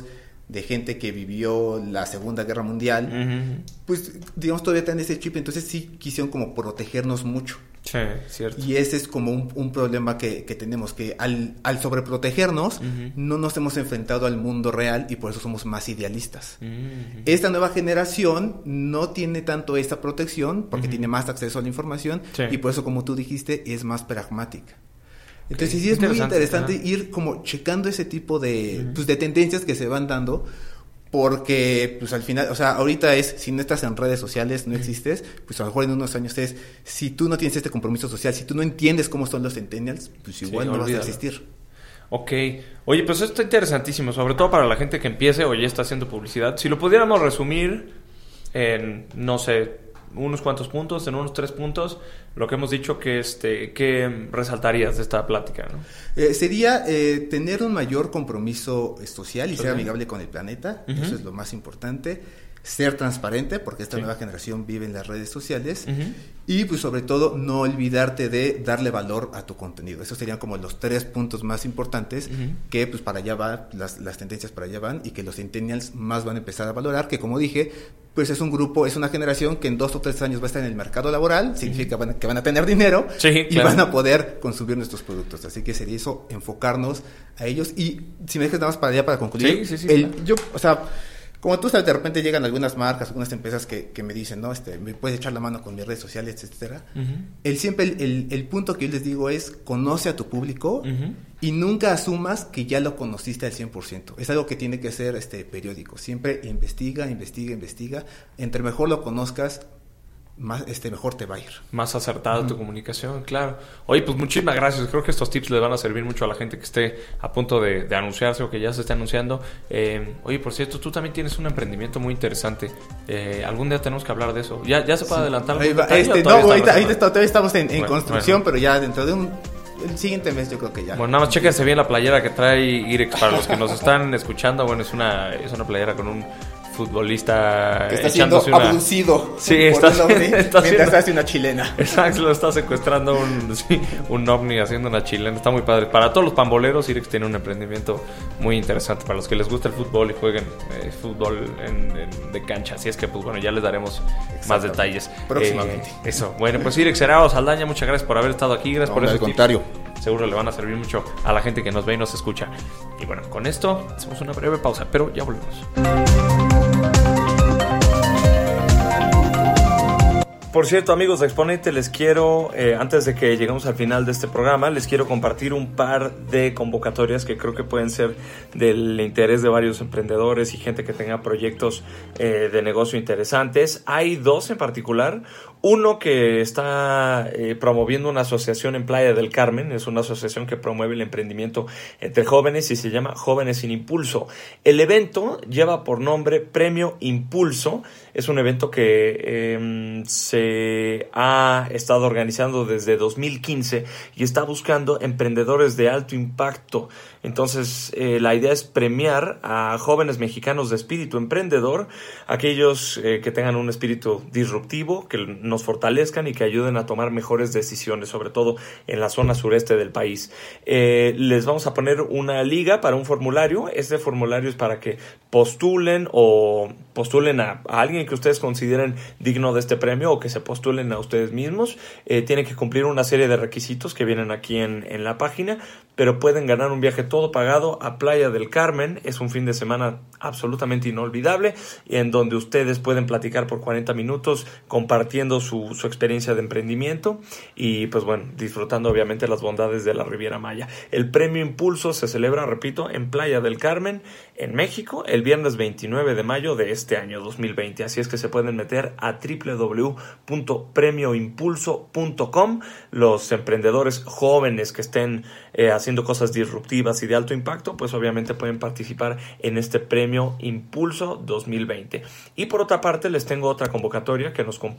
de gente que vivió la Segunda Guerra Mundial, uh-huh. pues digamos todavía tienen ese chip, entonces sí quisieron como protegernos mucho. Sí, cierto. Y ese es como un, un problema que, que tenemos, que al, al sobreprotegernos uh-huh. no nos hemos enfrentado al mundo real y por eso somos más idealistas. Uh-huh. Esta nueva generación no tiene tanto esta protección porque uh-huh. tiene más acceso a la información sí. y por eso, como tú dijiste, es más pragmática. Entonces okay. sí es muy interesante uh-huh. ir como checando ese tipo de, uh-huh. pues, de tendencias que se van dando. Porque, pues al final, o sea, ahorita es, si no estás en redes sociales, no existes, pues a lo mejor en unos años es, si tú no tienes este compromiso social, si tú no entiendes cómo son los centennials, pues igual sí, no olvídalo. Vas a existir. Ok. Oye, pues esto está interesantísimo, sobre todo para la gente que empiece o ya está haciendo publicidad. Si lo pudiéramos resumir en, no sé, unos cuantos puntos, en unos tres puntos, lo que hemos dicho, que este, ¿qué resaltarías de esta plática, ¿no? Eh, sería eh, tener un mayor compromiso social y okay. ser amigable con el planeta, uh-huh. eso es lo más importante. Ser transparente, porque esta sí. nueva generación vive en las redes sociales. Uh-huh. Y pues sobre todo no olvidarte de darle valor a tu contenido. Esos serían como los tres puntos más importantes uh-huh. que pues para allá van, las, las tendencias para allá van y que los centennials más van a empezar a valorar, que como dije, pues es un grupo, es una generación que en dos o tres años va a estar en el mercado laboral, uh-huh. significa van, que van a tener dinero sí, y claro. van a poder consumir nuestros productos. Así que sería eso, enfocarnos a ellos. Y si me dejas nada más para allá para concluir, sí, sí, sí, el, claro. yo, o sea... Como tú sabes, de repente llegan algunas marcas, algunas empresas que, que me dicen, no, este, me puedes echar la mano con mis redes sociales, etcétera. Uh-huh. El siempre el, el, el punto que yo les digo es conoce a tu público uh-huh. y nunca asumas que ya lo conociste al cien por ciento. Es algo que tiene que ser este periódico. Siempre investiga, investiga, investiga. Entre mejor lo conozcas, más este mejor te va a ir. Más acertada uh-huh. tu comunicación, claro. Oye, pues muchísimas gracias. Creo que estos tips les van a servir mucho a la gente que esté a punto de, de anunciarse o que ya se esté anunciando. Eh, oye, por cierto, tú también tienes un emprendimiento muy interesante. Eh, algún día tenemos que hablar de eso. ¿Ya, ya se puede sí. adelantar? Ahí va, este, no, ahorita, ahorita está, todavía estamos en, en bueno, construcción, bueno. pero ya dentro de un... El siguiente mes yo creo que ya. Bueno, nada más chéquense bien la playera que trae Irex. Para los que nos están escuchando, bueno, es una, es una playera con un futbolista que está siendo una... abducido sí, está, un ovni, está mientras hace una chilena. Exacto, lo está secuestrando un, sí, un ovni haciendo una chilena. Está muy padre. Para todos los pamboleros, Irex tiene un emprendimiento muy interesante. Para los que les gusta el fútbol y jueguen eh, fútbol en, en, de cancha. Así es que, pues bueno, ya les daremos más detalles. Próximamente. Eh, eso. Bueno, pues Irex Serao Saldaña, muchas gracias por haber estado aquí. Gracias no, por eso. Al contrario. Seguro le van a servir mucho a la gente que nos ve y nos escucha. Y bueno, con esto hacemos una breve pausa, pero ya volvemos. Por cierto, amigos de Exponente, les quiero, eh, antes de que lleguemos al final de este programa, les quiero compartir un par de convocatorias que creo que pueden ser del interés de varios emprendedores y gente que tenga proyectos eh, de negocio interesantes. Hay dos en particular. Uno que está eh, promoviendo una asociación en Playa del Carmen. Es una asociación que promueve el emprendimiento entre jóvenes y se llama Jóvenes sin Impulso. El evento lleva por nombre Premio Impulso. Es un evento que eh, se ha estado organizando desde dos mil quince y está buscando emprendedores de alto impacto. Entonces, eh, la idea es premiar a jóvenes mexicanos de espíritu emprendedor, aquellos eh, que tengan un espíritu disruptivo, que nos fortalezcan y que ayuden a tomar mejores decisiones, sobre todo en la zona sureste del país. Eh, les vamos a poner una liga para un formulario. Este formulario es para que postulen o postulen a, a alguien que ustedes consideren digno de este premio o que se postulen a ustedes mismos. Eh, tienen que cumplir una serie de requisitos que vienen aquí en, en la página, pero pueden ganar un viaje todo pagado a Playa del Carmen. Es un fin de semana absolutamente inolvidable en donde ustedes pueden platicar por cuarenta minutos compartiendo su, su experiencia de emprendimiento y pues bueno, disfrutando obviamente las bondades de la Riviera Maya. El Premio Impulso se celebra, repito, en Playa del Carmen, en México, el viernes veintinueve de mayo de este año dos mil veinte. Así es que se pueden meter a doble u doble u doble u punto premio impulso punto com. Los emprendedores jóvenes que estén eh, haciendo cosas disruptivas y de alto impacto, pues obviamente pueden participar en este Premio Impulso dos mil veinte. Y por otra parte, les tengo otra convocatoria que nos comparten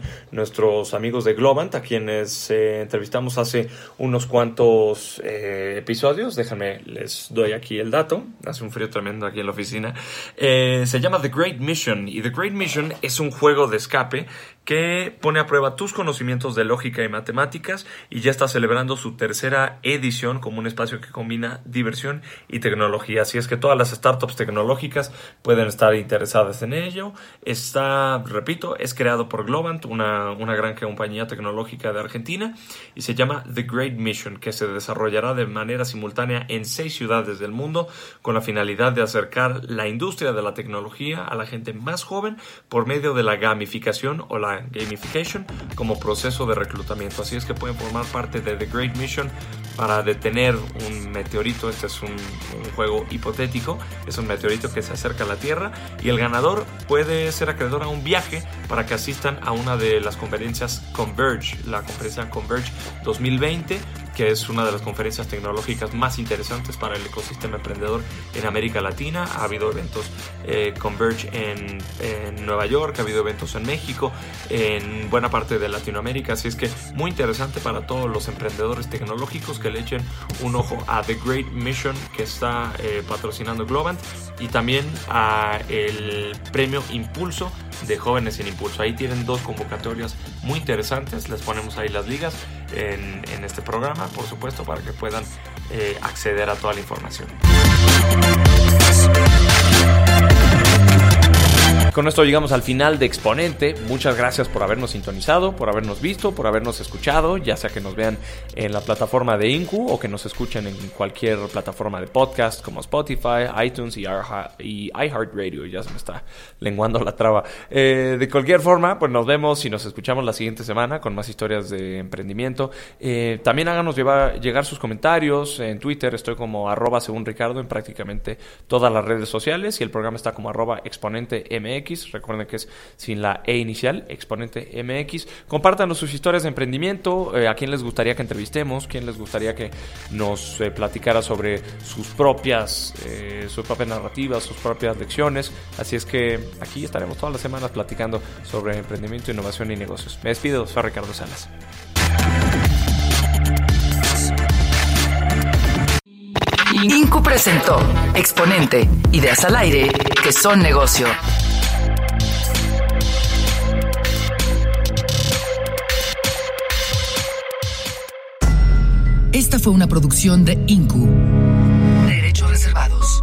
nuestros amigos de Globant, a quienes eh, entrevistamos hace unos cuantos eh, episodios. Déjenme, les doy aquí el dato. Hace un frío tremendo aquí en la oficina. Eh, se llama The Great Mission, y The Great Mission es un juego de escape que pone a prueba tus conocimientos de lógica y matemáticas, y ya está celebrando su tercera edición como un espacio que combina diversión y tecnología. Así es que todas las startups tecnológicas pueden estar interesadas en ello. Está, repito, es creado por Globant, una, una gran compañía tecnológica de Argentina, y se llama The Great Mission, que se desarrollará de manera simultánea en seis ciudades del mundo con la finalidad de acercar la industria de la tecnología a la gente más joven por medio de la gamificación o la gamification como proceso de reclutamiento. Así es que pueden formar parte de The Great Mission para detener un meteorito. Este es un, un juego hipotético, es un meteorito que se acerca a la Tierra, y el ganador puede ser acreedor a un viaje para que asistan a una de las conferencias Converge, la conferencia Converge dos mil veinte, que es una de las conferencias tecnológicas más interesantes para el ecosistema emprendedor en América Latina. Ha habido eventos eh, Converge en, en Nueva York, ha habido eventos en México, en buena parte de Latinoamérica, así es que muy interesante para todos los emprendedores tecnológicos que le echen un ojo a The Great Mission, que está eh, patrocinando Globant, y también a el premio Impulso de Jóvenes en Impulso. Ahí tienen dos convocatorias muy interesantes, les ponemos ahí las ligas en, en este programa, por supuesto, para que puedan eh, acceder a toda la información. Con esto llegamos al final de Exponente. Muchas gracias por habernos sintonizado, por habernos visto, por habernos escuchado, ya sea que nos vean en la plataforma de Incu o que nos escuchen en cualquier plataforma de podcast como Spotify, iTunes y, y iHeartRadio. Ya se me está lenguando la traba. Eh, de cualquier forma, pues nos vemos y nos escuchamos la siguiente semana con más historias de emprendimiento. Eh, también háganos llevar, llegar sus comentarios en Twitter. Estoy como arroba según Ricardo en prácticamente todas las redes sociales, y el programa está como arroba exponente M X. Recuerden que es sin la E inicial, Exponente M X. Compártanos sus historias de emprendimiento, eh, a quién les gustaría que entrevistemos, quién les gustaría que nos eh, platicara sobre sus propias, eh, sus propias narrativas, sus propias lecciones. Así es que aquí estaremos todas las semanas platicando sobre emprendimiento, innovación y negocios. Me despido, soy Ricardo Salas. Incu presentó Exponente, ideas al aire que son negocio. Esta fue una producción de Incu. Derechos reservados.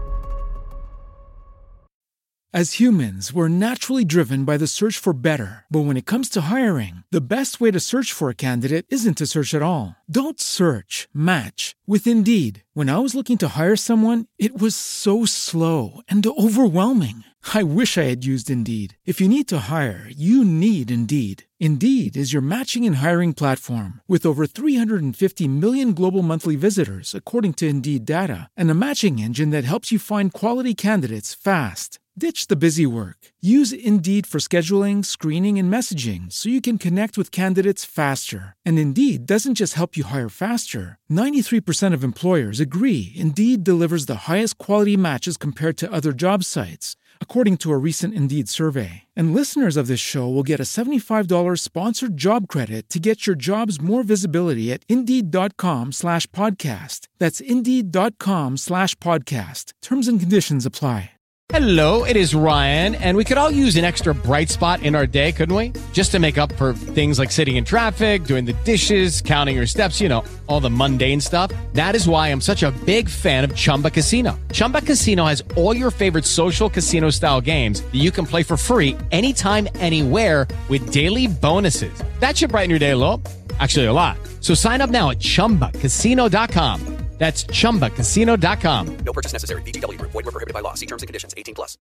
As humans, we're naturally driven by the search for better. But when it comes to hiring, the best way to search for a candidate isn't to search at all. Don't search, match with Indeed. When I was looking to hire someone, it was so slow and overwhelming. I wish I had used Indeed. If you need to hire, you need Indeed. Indeed is your matching and hiring platform with over three hundred fifty million global monthly visitors, according to Indeed data, and a matching engine that helps you find quality candidates fast. Ditch the busy work. Use Indeed for scheduling, screening, and messaging so you can connect with candidates faster. And Indeed doesn't just help you hire faster. ninety-three percent of employers agree Indeed delivers the highest quality matches compared to other job sites, according to a recent Indeed survey. And listeners of this show will get a seventy-five dollars sponsored job credit to get your jobs more visibility at Indeed.com slash podcast. That's Indeed.com slash podcast. Terms and conditions apply. Hello, it is Ryan, and we could all use an extra bright spot in our day, couldn't we? Just to make up for things like sitting in traffic, doing the dishes, counting your steps, you know, all the mundane stuff. That is why I'm such a big fan of Chumba Casino. Chumba Casino has all your favorite social casino-style games that you can play for free anytime, anywhere with daily bonuses. That should brighten your day a little. Actually, a lot. So sign up now at Chumba Casino dot com. That's Chumba Casino dot com. No purchase necessary. V G W Group. Void where prohibited by law. See terms and conditions. eighteen plus.